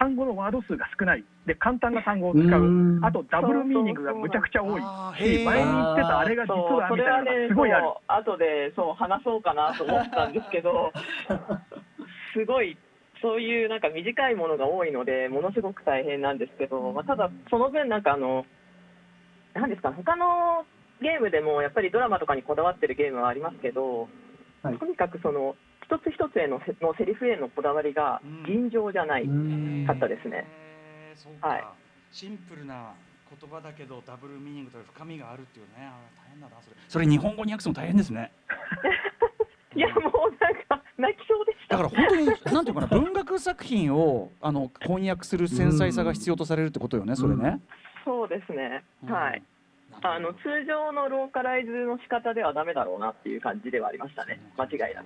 単語のワード数が少ないで簡単な単語を使う、あとダブルミーニングがむちゃくちゃ多いし、前に言ってたあれが実はみたいなのがすごいある。 後でそう話そうかなと思ったんですけどすごいそういうなんか短いものが多いのでものすごく大変なんですけど、まあ、ただその分なんかあのなんですか、他のゲームでもやっぱりドラマとかにこだわってるゲームはありますけど、はい、とにかくその一つ一つへのせのセリフへのこだわりが尋常じゃないかったですね。 そうか、はい、シンプルな言葉だけどダブルミーニングという深みがあるっていうね、あ大変だなそれ。それ日本語に訳すの大変ですねいやもうなんか泣きそうでした。 だから本当になんていうかな文学作品をあの翻訳する繊細さが必要とされるってことよね、それね。 そうですね、はい、あの通常のローカライズの仕方ではダメだろうなっていう感じではありましたね、間違いなく。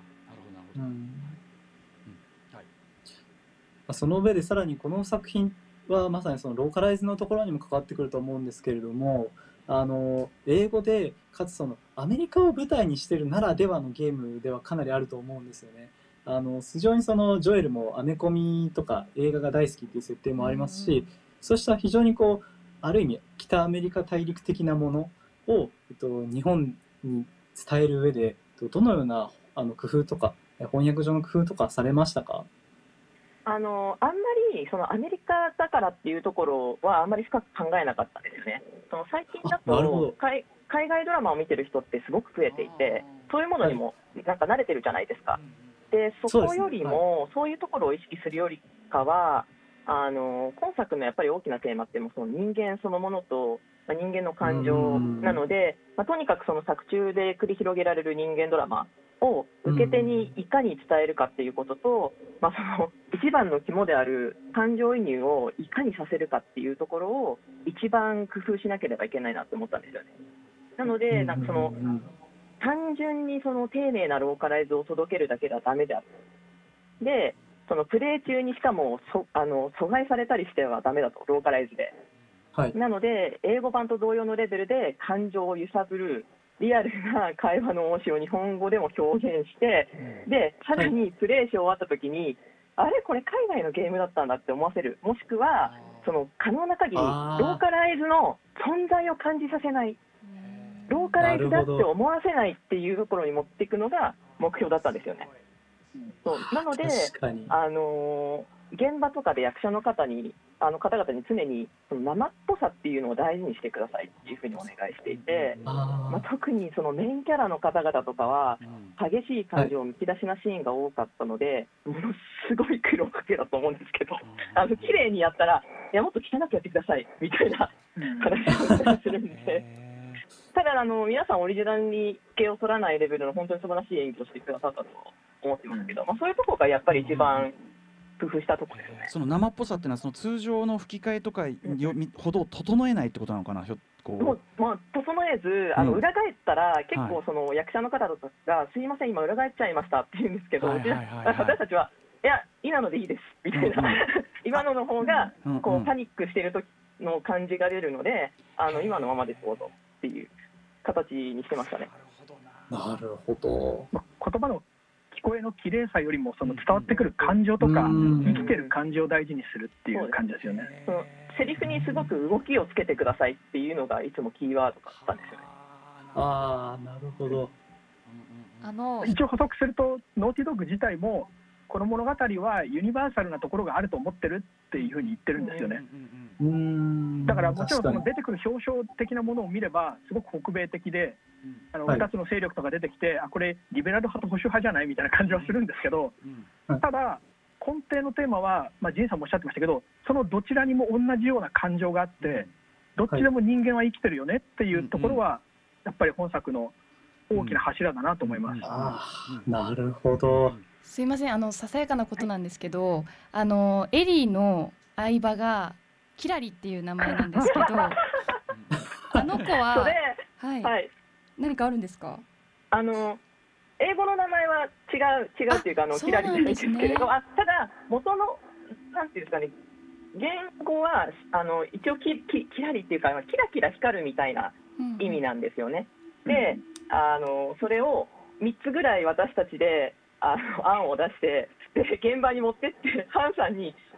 その上でさらにこの作品はまさにそのローカライズのところにも関わってくると思うんですけれども、あの英語でかつそのアメリカを舞台にしているならではのゲームではかなりあると思うんですよね。あの非常にそのジョエルもアメコミとか映画が大好きっていう設定もありますし、そうした非常にこうある意味北アメリカ大陸的なものを、えっと、日本に伝える上でどのようなあの工夫とか翻訳上の工夫とかされましたか？ あのあんまりそのアメリカだからっていうところはあんまり深く考えなかったんですよね。その最近だと 海, 海外ドラマを見てる人ってすごく増えていて、そういうものにもなんか慣れてるじゃないですか。でそこよりもそういうところを意識するよりかは、あの今作のやっぱり大きなテーマってもその人間そのものと、まあ、人間の感情なので、まあ、とにかくその作中で繰り広げられる人間ドラマを受け手にいかに伝えるかっていうことと、まあ、その一番の肝である感情移入をいかにさせるかっていうところを一番工夫しなければいけないなと思ったんですよね。なのでなんかその単純にその丁寧なローカライズを届けるだけではダメである。でそのプレイ中にしかもそあの阻害されたりしてはダメだと、ローカライズで、はい、なので英語版と同様のレベルで感情を揺さぶるリアルな会話の応酬を日本語でも表現して、でさらにプレイし終わった時に、はい、あれこれ海外のゲームだったんだって思わせる、もしくはその可能な限りローカライズの存在を感じさせない、ローカライズだって思わせないっていうところに持っていくのが目標だったんですよね。そうなので、あのー、現場とかで役者の方にあの方々に常にその生っぽさっていうのを大事にしてくださいっていうふうにお願いしていて、あ、まあ、特にそのメインキャラの方々とかは激しい感情をむき出しなシーンが多かったので、はい、ものすごい苦労かけだと思うんですけど、あの綺麗にやったらいやもっと汚くやってくださいみたいな話をしたりするんでただあの皆さんオリジナルに気を取らないレベルの本当に素晴らしい演技をしてくださったと思ってますけど、まあ、そういうところがやっぱり一番工夫したところですね。 その生っぽさっていうのはその通常の吹き替えとかほど整えないってことなのかな。こうもう、まあ、 整えずあの裏返ったら結構その役者の方とかが、はい、すいません今裏返っちゃいましたって言うんですけど、はいはいはいはい、私たちはいや今のでいいですみたいな、うんうん、今のの方がこう、うんうん、パニックしている時の感じが出るので、あの今のままでどうぞっていう形にしてましたね。 なるほど。 まあ、言葉の聞こえの綺麗さよりもその伝わってくる感情とか生きてる感情を大事にするっていう感じですよね。 そのセリフにすごく動きをつけてくださいっていうのがいつもキーワードだったんですよね。 ああ、なるほど。 あの一応補足するとノーティドッグ自体もこの物語はユニバーサルなところがあると思ってるっていうふうに言ってるんですよね。うーんだからもちろんその出てくる表彰的なものを見ればすごく北米的で、あのふたつの勢力とか出てきて、あこれリベラル派と保守派じゃないみたいな感じはするんですけど、ただ根底のテーマは、まあ、ジンさんもおっしゃってましたけど、そのどちらにも同じような感情があってどっちでも人間は生きてるよねっていうところはやっぱり本作の大きな柱だなと思います。 あなるほど。 すいません、あのささやかなことなんですけど、あのエリーの相葉がキラリっていう名前なんですけどあの子はそれ、 はいはい、 何かあるんですか？ あの英語の名前は違う違うっていうかあのキラリじゃないですけれど、あただ元のなんていうんですかね、言語はあの一応キ, キ, キラリっていうかキラキラ光るみたいな意味なんですよね。うん、で、あのそれをみっつぐらい私たちであの案を出してで現場に持ってってハンさんに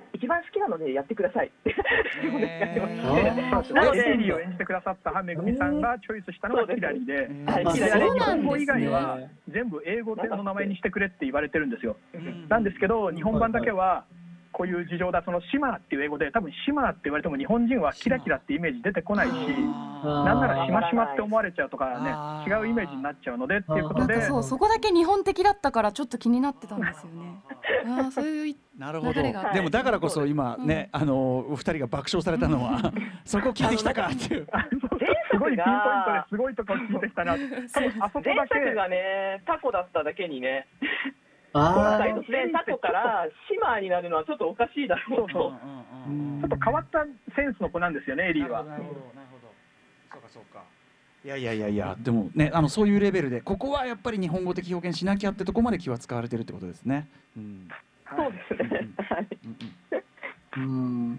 一番好きなのでやってくださいってお願いしまして、 なのでエリーを演じてくださっためぐみさんがチョイスしたのがキラリで、 キラリ日本語以外は全部英語の名前にしてくれって言われてるんですよ。なんですけど日本版だけはこういう事情だ、そのシマーっていう英語で多分シマーって言われても日本人はキラキラってイメージ出てこないし、なんならシマシマって思われちゃうとかね、違うイメージになっちゃうのでっていうことで、 なんかそう、そこだけ日本的だったからちょっと気になってたんですよね。あ、そういうなるほど。でもだからこそ今ね、うん、あのお二人が爆笑されたのはそこ聞いてきたかっていうすごいピンポイントですごいとこ聞いてきたな。あそこだけ前作がねタコだっただけにね、今回突然タコからシマーになるのはちょっとおかしいだろうと。そうそう、 ちょっと変わったセンスの子なんですよね、エリーは。 なるほどなるほど、そうかそうか。いやいやいやいや、でもね、あのそういうレベルでここはやっぱり日本語的表現しなきゃってとこまで気は使われてるってことですね。うん、 そうですね。 うん、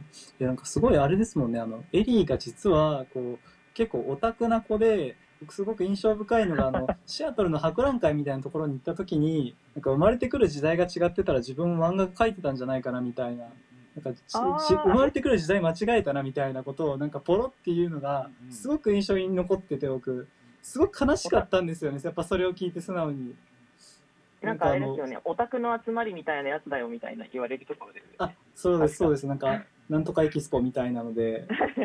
いやなんかすごいあれですもんね、あのエリーが実はこう結構オタクな子で、僕すごく印象深いのがあのシアトルの博覧会みたいなところに行った時に、なんか生まれてくる時代が違ってたら自分も漫画描いてたんじゃないかなみたいな、なんか生まれてくる時代間違えたなみたいなことをなんかポロっていうのがすごく印象に残ってて、僕すごく悲しかったんですよね、やっぱそれを聞いて素直に。 なんかあれですよね、オタクの集まりみたいなやつだよみたいな言われるところです、ね、 あ、そうですそうです、なんかなんとかエキスポみたいなので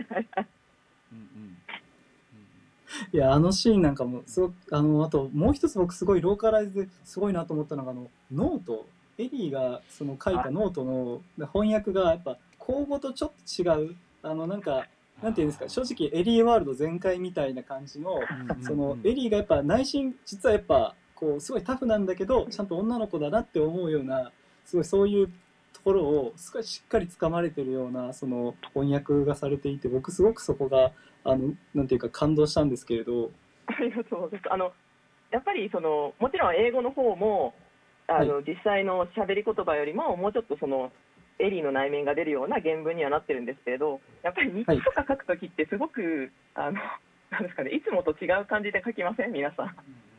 いや、あのシーンなんかもすごく、あのあともう一つ僕すごいローカライズですごいなと思ったのが、あのノート、エリーがその書いたノートの翻訳がやっぱ口語とちょっと違う、あのなんかなんていうんですか、正直エリーワールド全開みたいな感じの、そのエリーがやっぱ内心実はやっぱこうすごいタフなんだけどちゃんと女の子だなって思うような、すごいそういうところをすごいしっかりつかまれてるようなその翻訳がされていて、僕すごくそこがあのなんていうか感動したんですけれど。 ありがとうございます。あのやっぱりそのもちろん英語の方もあの、はい、実際の喋り言葉よりももうちょっとそのエリーの内面が出るような原文にはなってるんですけれど、やっぱり日記とか書くときってすごく、はい、あのなんですかね、いつもと違う感じで書きません皆さん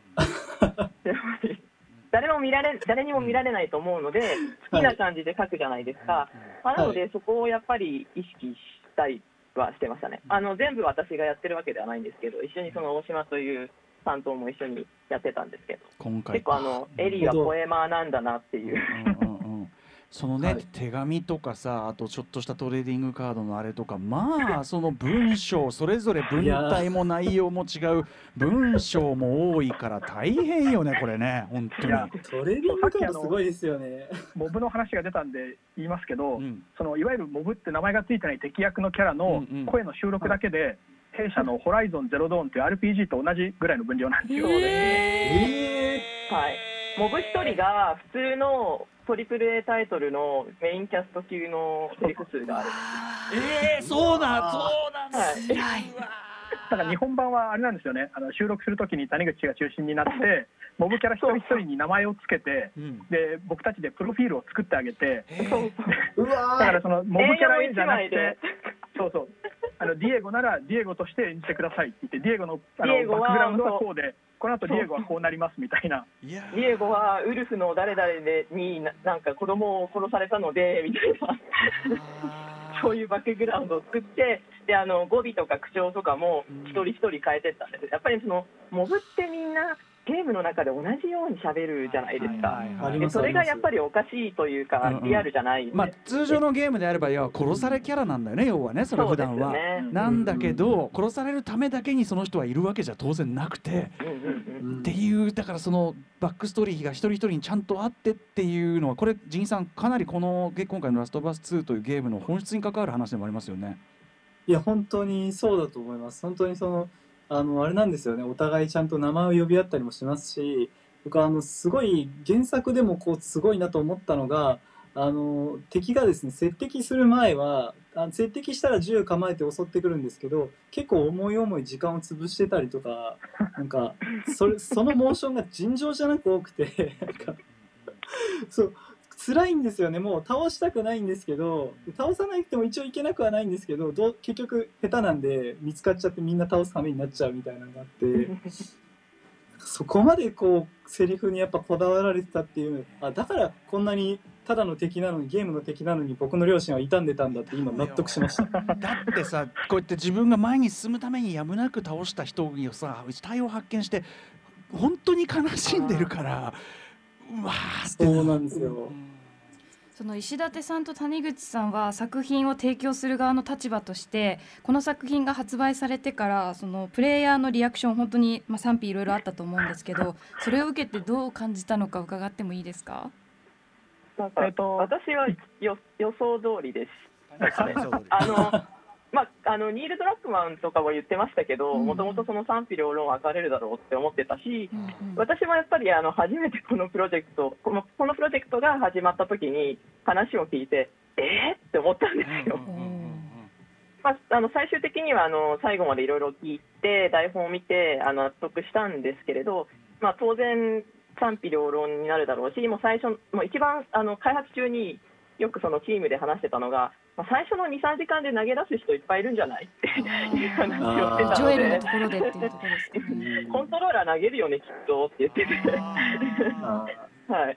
誰も見られ誰にも見られないと思うので好きな感じで書くじゃないですか、はい、まあ、なのでそこをやっぱり意識したりはしてましたね。あの全部私がやってるわけではないんですけど、一緒にその大島という担当も一緒にやってたんですけど、今回結構あのエリーはポエマーなんだなっていう、うんうんうん、 そのね、はい、手紙とかさ、あとちょっとしたトレーディングカードのあれとか、まあその文章それぞれ文体も内容も違う、文章も多いから大変よねこれね、本当に。 トレーディングカードすごいですよね。 モブの話が出たんで言いますけど、うん、そのいわゆるモブって名前がついてない敵役のキャラの声の収録だけで、うんうん、弊社のホライゾンゼロドーンという アールピージー と同じぐらいの分量なんですよ。 えー、はい。モブ一人が普通のトリプル A タイトルのメインキャスト級のセリフ数がある。 えー、そうなんそうなんだ。 はい。だから日本版はあれなんですよね。あの収録するときに谷口が中心になってモブキャラ一人一人に名前をつけて、うん、で僕たちでプロフィールを作ってあげて、うわだからそのモブキャラ A じゃなくて、そうそう。あのディエゴならディエゴとして演じてくださいって言って、ディエゴのあのバックグラウンドはこうで、この後ディエゴはこうなりますみたいな。 ディエゴはウルフの誰々でになんか子供を殺されたのでみたいなそういうバックグラウンドを作って、であの語尾とか口調とかも一人一人変えてったんです。やっぱりそのモブってみんなゲームの中で同じように喋るじゃないですか、はいはいはい、でそれがやっぱりおかしいというか、うんうん、リアルじゃない、 まあ、通常のゲームであれば要は殺されキャラなんだよね、要はね、それ普段は、ね、なんだけど殺されるためだけにその人はいるわけじゃ当然なくて、うんうんうん、っていう、だからそのバックストーリーが一人一人にちゃんとあってっていうのは、これジンさんかなりこの今回のラストバスツーというゲームの本質に関わる話でもありますよね。 いや本当にそうだと思います。本当にそのあのあれなんですよね、お互いちゃんと名前を呼び合ったりもしますし、僕はあのすごい原作でもこうすごいなと思ったのが、あの敵がですね接敵する前はあ接敵したら銃構えて襲ってくるんですけど、結構思い思い時間を潰してたりとか、なんか そ, れそのモーションが尋常じゃなく多くてなんかそう辛いんですよね。もう倒したくないんですけど、倒さなくても一応いけなくはないんですけど、どう結局下手なんで見つかっちゃってみんな倒すためになっちゃうみたいなのがあってそこまでこうセリフにやっぱこだわられてたっていう、あだからこんなにただの敵なのにゲームの敵なのに僕の両親は傷んでたんだって今納得しました。 だってさこうやって自分が前に進むためにやむなく倒した人をさ死体を発見して本当に悲しんでるからうわーってそうなんですよ。 その石立さんと谷口さんは作品を提供する側の立場としてこの作品が発売されてからそのプレイヤーのリアクション本当に、まあ、賛否いろいろあったと思うんですけどそれを受けてどう感じたのか伺ってもいいですか？ なんか、えっと、私はよ予想通りでしたね。あのまあ、あのニール・ドラッグマンとかも言ってましたけどもともとその賛否両論分かれるだろうって思ってたし、うんうん、私もやっぱりあの初めてこのプロジェクトこの、このプロジェクトが始まった時に話を聞いてえーって思ったんですよ。まあ、あの最終的にはあの最後までいろいろ聞いて台本を見てあの納得したんですけれど、まあ、当然賛否両論になるだろうしもう最初もう一番あの開発中によくそのチームで話してたのがまあ、最初の にさんじかんで投げ出す人いっぱいいるんじゃないっていう話をしてたのでジョエルのところでっていうところですかね。 コントローラー投げるよねきっとって言っててはい、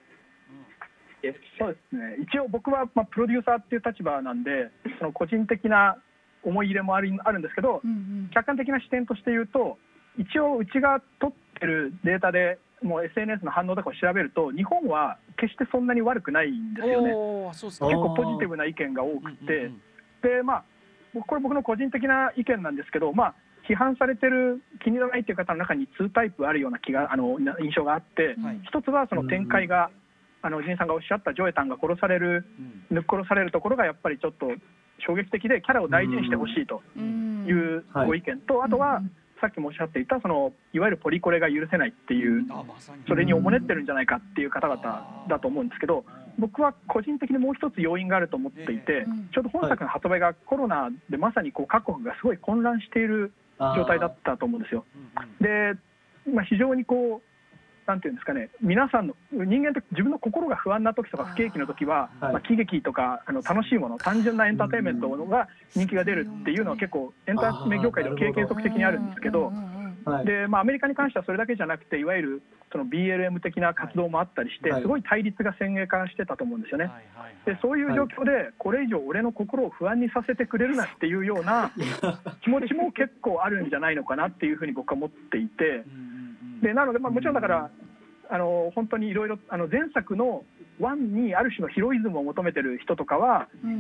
そうですね。一応僕はまあプロデューサーっていう立場なんでその個人的な思い入れもある、あるんですけど、うんうん、客観的な視点として言うと一応うちが取ってるデータでもう エスエヌエス の反応とかを調べると日本は決してそんなに悪くないんですよね。結構ポジティブな意見が多くて、うんうんうん、でまあこれ僕の個人的な意見なんですけど、まあ、批判されてる気に入らないという方の中ににタイプあるような気があの印象があって、はい、一つはその展開が、うんうん、あのジンさんがおっしゃったジョエタンが殺される、うん、抜っ殺されるところがやっぱりちょっと衝撃的でキャラを大事にしてほしいというご意見と、うん、あとは、うんさっきもおっしゃっていたそのいわゆるポリコレが許せないっていうそれにおもねってるんじゃないかっていう方々だと思うんですけど僕は個人的にもう一つ要因があると思っていてちょうど本作の発売がコロナでまさにこう各国がすごい混乱している状態だったと思うんですよ。で、まあ、非常にこうなんていうんですかね皆さんの人間って自分の心が不安な時とか不景気の時はまあ喜劇とかあの楽しいもの単純なエンターテインメントが人気が出るっていうのは結構エンターテインメント業界では経験則的にあるんですけどで、まあ、アメリカに関してはそれだけじゃなくていわゆるその ビーエルエム 的な活動もあったりしてすごい対立が先鋭化してたと思うんですよね。でそういう状況でこれ以上俺の心を不安にさせてくれるなっていうような気持ちも結構あるんじゃないのかなっていうふうに僕は思っていてでなので、まあ、もちろんだからあの本当にいろいろ前作のワンにある種のヒロイズムを求めてる人とかは、うんうん、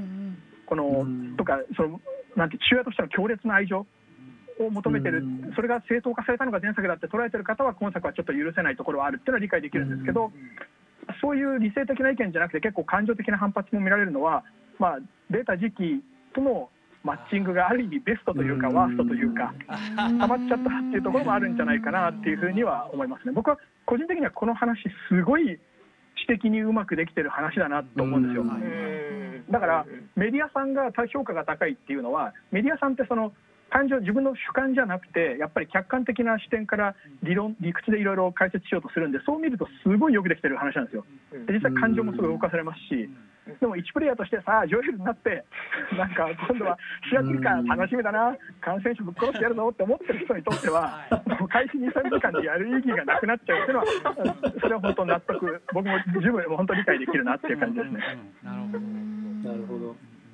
この、うん、とかそのなんて父親としての強烈な愛情を求めてる、うん、それが正当化されたのが前作だって捉えてる方は今作はちょっと許せないところはあるっていうのは理解できるんですけど、うん、そういう理性的な意見じゃなくて結構感情的な反発も見られるのは、まあ、出た時期とのマッチングがある意味ベストというかワーストというかハマっちゃったっていうところもあるんじゃないかなっていうふうには思いますね。僕は個人的にはこの話すごい知的にうまくできてる話だなと思うんですよ。だからメディアさんが評価が高いっていうのはメディアさんってその感情自分の主観じゃなくてやっぱり客観的な視点から理論理屈でいろいろ解説しようとするんでそう見るとすごいよくできてる話なんですよ。で実際感情もすごい動かされますしでもいちプレイヤーとしてさジョエルになってなんか今度は主役か楽しみだな感染者ぶっ殺してやるぞって思ってる人にとってはもう開始 にさんじかんでやる意義がなくなっちゃうっていうのはそれは本当納得僕も十分本当理解できるなっていう感じですね。 なるほどなるほど。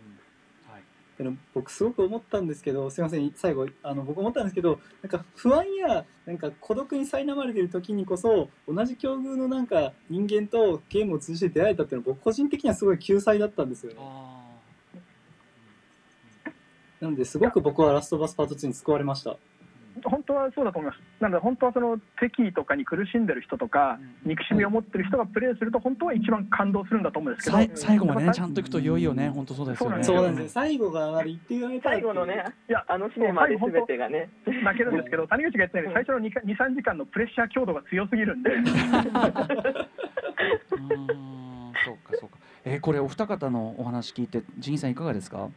僕すごく思ったんですけどすいません最後あの僕思ったんですけどなんか不安やなんか孤独に苛まれている時にこそ同じ境遇のなんか人間とゲームを通じて出会えたっていうのは僕個人的にはすごい救済だったんですよね。なのですごく僕はラストバスパートツーに救われました。 本当はそうだと思います。なので本当はその敵意とかに苦しんでる人とか憎しみを持ってる人がプレイすると本当は一番感動するんだと思うんですけど最後までねちゃんといくといよいよね本当そうですよね。 そうなんですよ。最後が言って言われたら最後のねいやあのシネマで全てがね泣けるんですけど谷口が言ったように最初の にさんじかんのプレッシャー強度が強すぎるんでうーんそうかそうか、えー、これお二方のお話聞いてジンさんいかがですか？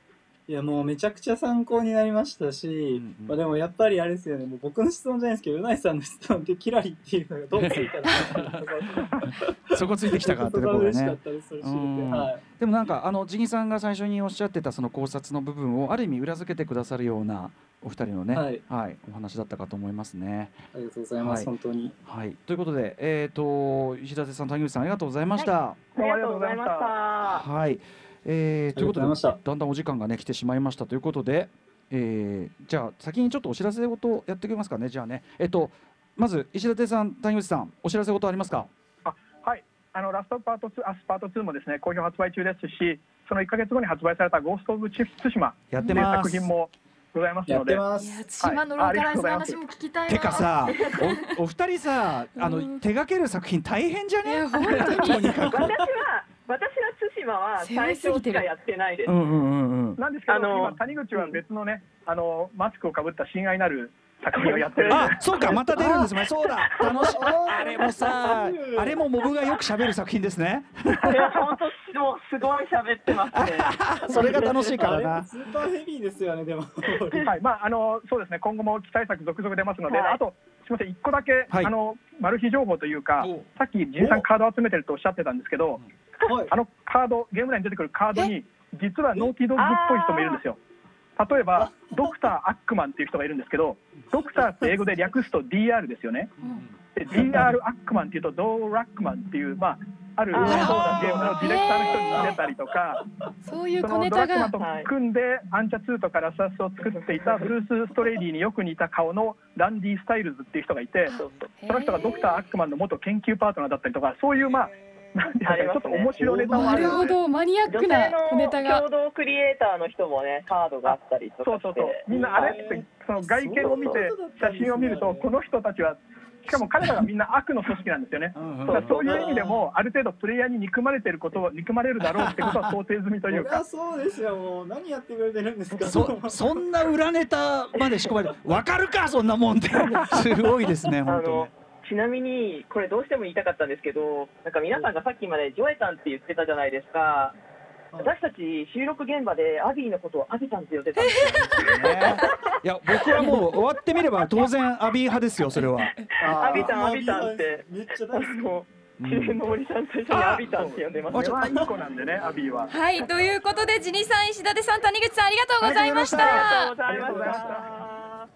いやもうめちゃくちゃ参考になりましたし、うんうん、まあ、でもやっぱりあれですよね、もう僕の質問じゃないですけど、うないさんの質問でキラリっていうのがどうついたのかそこついてきたかってところがね。 嬉しかったです、それ知れて、はい、 でもなんかあのジギさんが最初におっしゃってたその考察の部分をある意味裏付けてくださるようなお二人のね、はいはい、お話だったかと思いますね。 ありがとうございます、はい、本当に、 はい、ということで、えー、と石立さん、谷口さん、ありがとうございました。 はい、ありがとうございました。 はい、えー、ということでだんだんお時間がね来てしまいましたということで、えー、じゃあ先にちょっとお知らせ事やっておきますかね。じゃあね、えっとまず石立さん、谷口さん、お知らせ事ありますか？ あ、はい、あのラストパートツー、アスパートツーもですね好評発売中ですし、そのいっかげつごに発売されたゴースト・オブ・ツシマという作品もございますので、 いや対馬のローカライズの話も聞きたいな。 てかさ、お, お二人さ、あの手掛ける作品大変じゃね？いや本当に私は私は対馬は最初しかやってないです。 うんうんうんうん、なんですけど、今谷口は別のね、あのマスクをかぶった親愛なる作品をやってる。 あ、そうか、また出るんですね。そうだ、楽しい。あれもさ、あれもモブがよく喋る作品ですね。 いや本当もうすごい喋ってますね。 それが楽しいからな。 スーパーヘビーですよね、でも。 はい、まああのそうですね、今後も期待作続々出ますので、はい、あとすみません、一個だけ、はい、あのマル秘情報というか、さっきジンさんカード集めてるとおっしゃってたんですけど、あのカード、ゲーム内に出てくるカードに実はノーティードッグっぽい人もいるんですよ。例えばドクター・アックマンっていう人がいるんですけど、ドクターって英語で略すと ディーアール ですよね。で ディーアール アックマンっていうとドー・ラックマンっていう、まあ、あるそうなゲームのディレクターの人に似てたりとか、 そういう小ネタが、 そのドラックマンと組んでアンチャツーとかラスアスを作っていたブルース・ストレイディによく似た顔のランディ・スタイルズっていう人がいて、その人がドクター・アックマンの元研究パートナーだったりとか、そういうまあなんですかね、ちょっと面白いネタもある。 なるほど、マニアックな小ネタが。 共同クリエイターの人もね、カードがあったりとかして、そうそうそう、 みんなあれってその外見を見て写真を見ると、この人たちはしかも彼らがみんな悪の組織なんですよね。だそういう意味でもある程度プレイヤーに憎まれてることを憎まれるだろうってことは想定済みというか。 そうですよ、もう何やってくれてるんですか。 そ, そんな裏ネタまで仕込まれてわかるかそんなもんってすごいですね本当に。 ちなみにこれどうしても言いたかったんですけど、なんか皆さんがさっきまでジョエタンって言ってたじゃないですか。私たち収録現場でアビーのことをアビタンって呼んでたんですよ、ね、 いや僕はもう終わってみれば当然アビー派ですよそれは。 アビタンアビタンってめっちゃ大好き。中の森さんと一緒にアビタンって呼んでます。 これはいい子なんでね、アビーは。 はい、ということでジニさん、石立さん、谷口さん、ありがとうございました。 ありがとうございま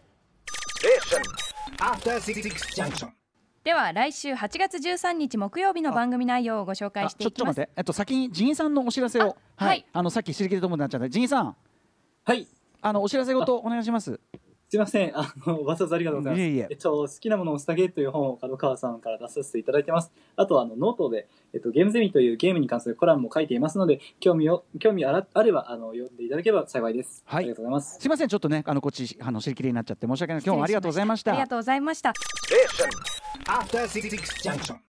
した。では来週はちがつじゅうさんにち木曜日の番組内容をご紹介していきます。 ちょっと待って、えっと、先にジンさんのお知らせを、 あ、はい、 あのさっき知り切れともになっちゃったジンさん、 はい、 あのお知らせごとお願いします。 すいません、あのわざわざありがとうございます。いえいえ、えっと、好きなものをスタゲという本を角川さんから出させていただいてます。あとあのノートで、えっと、ゲームゼミというゲームに関するコラムも書いていますので、興味を興味あらあればあの読んでいただければ幸いです。はい、ありがとうございます。 すいません、ちょっとね、あのこっちあの知り切れになっちゃって申し訳ない。今日もありがとうございました。 ありがとうございました。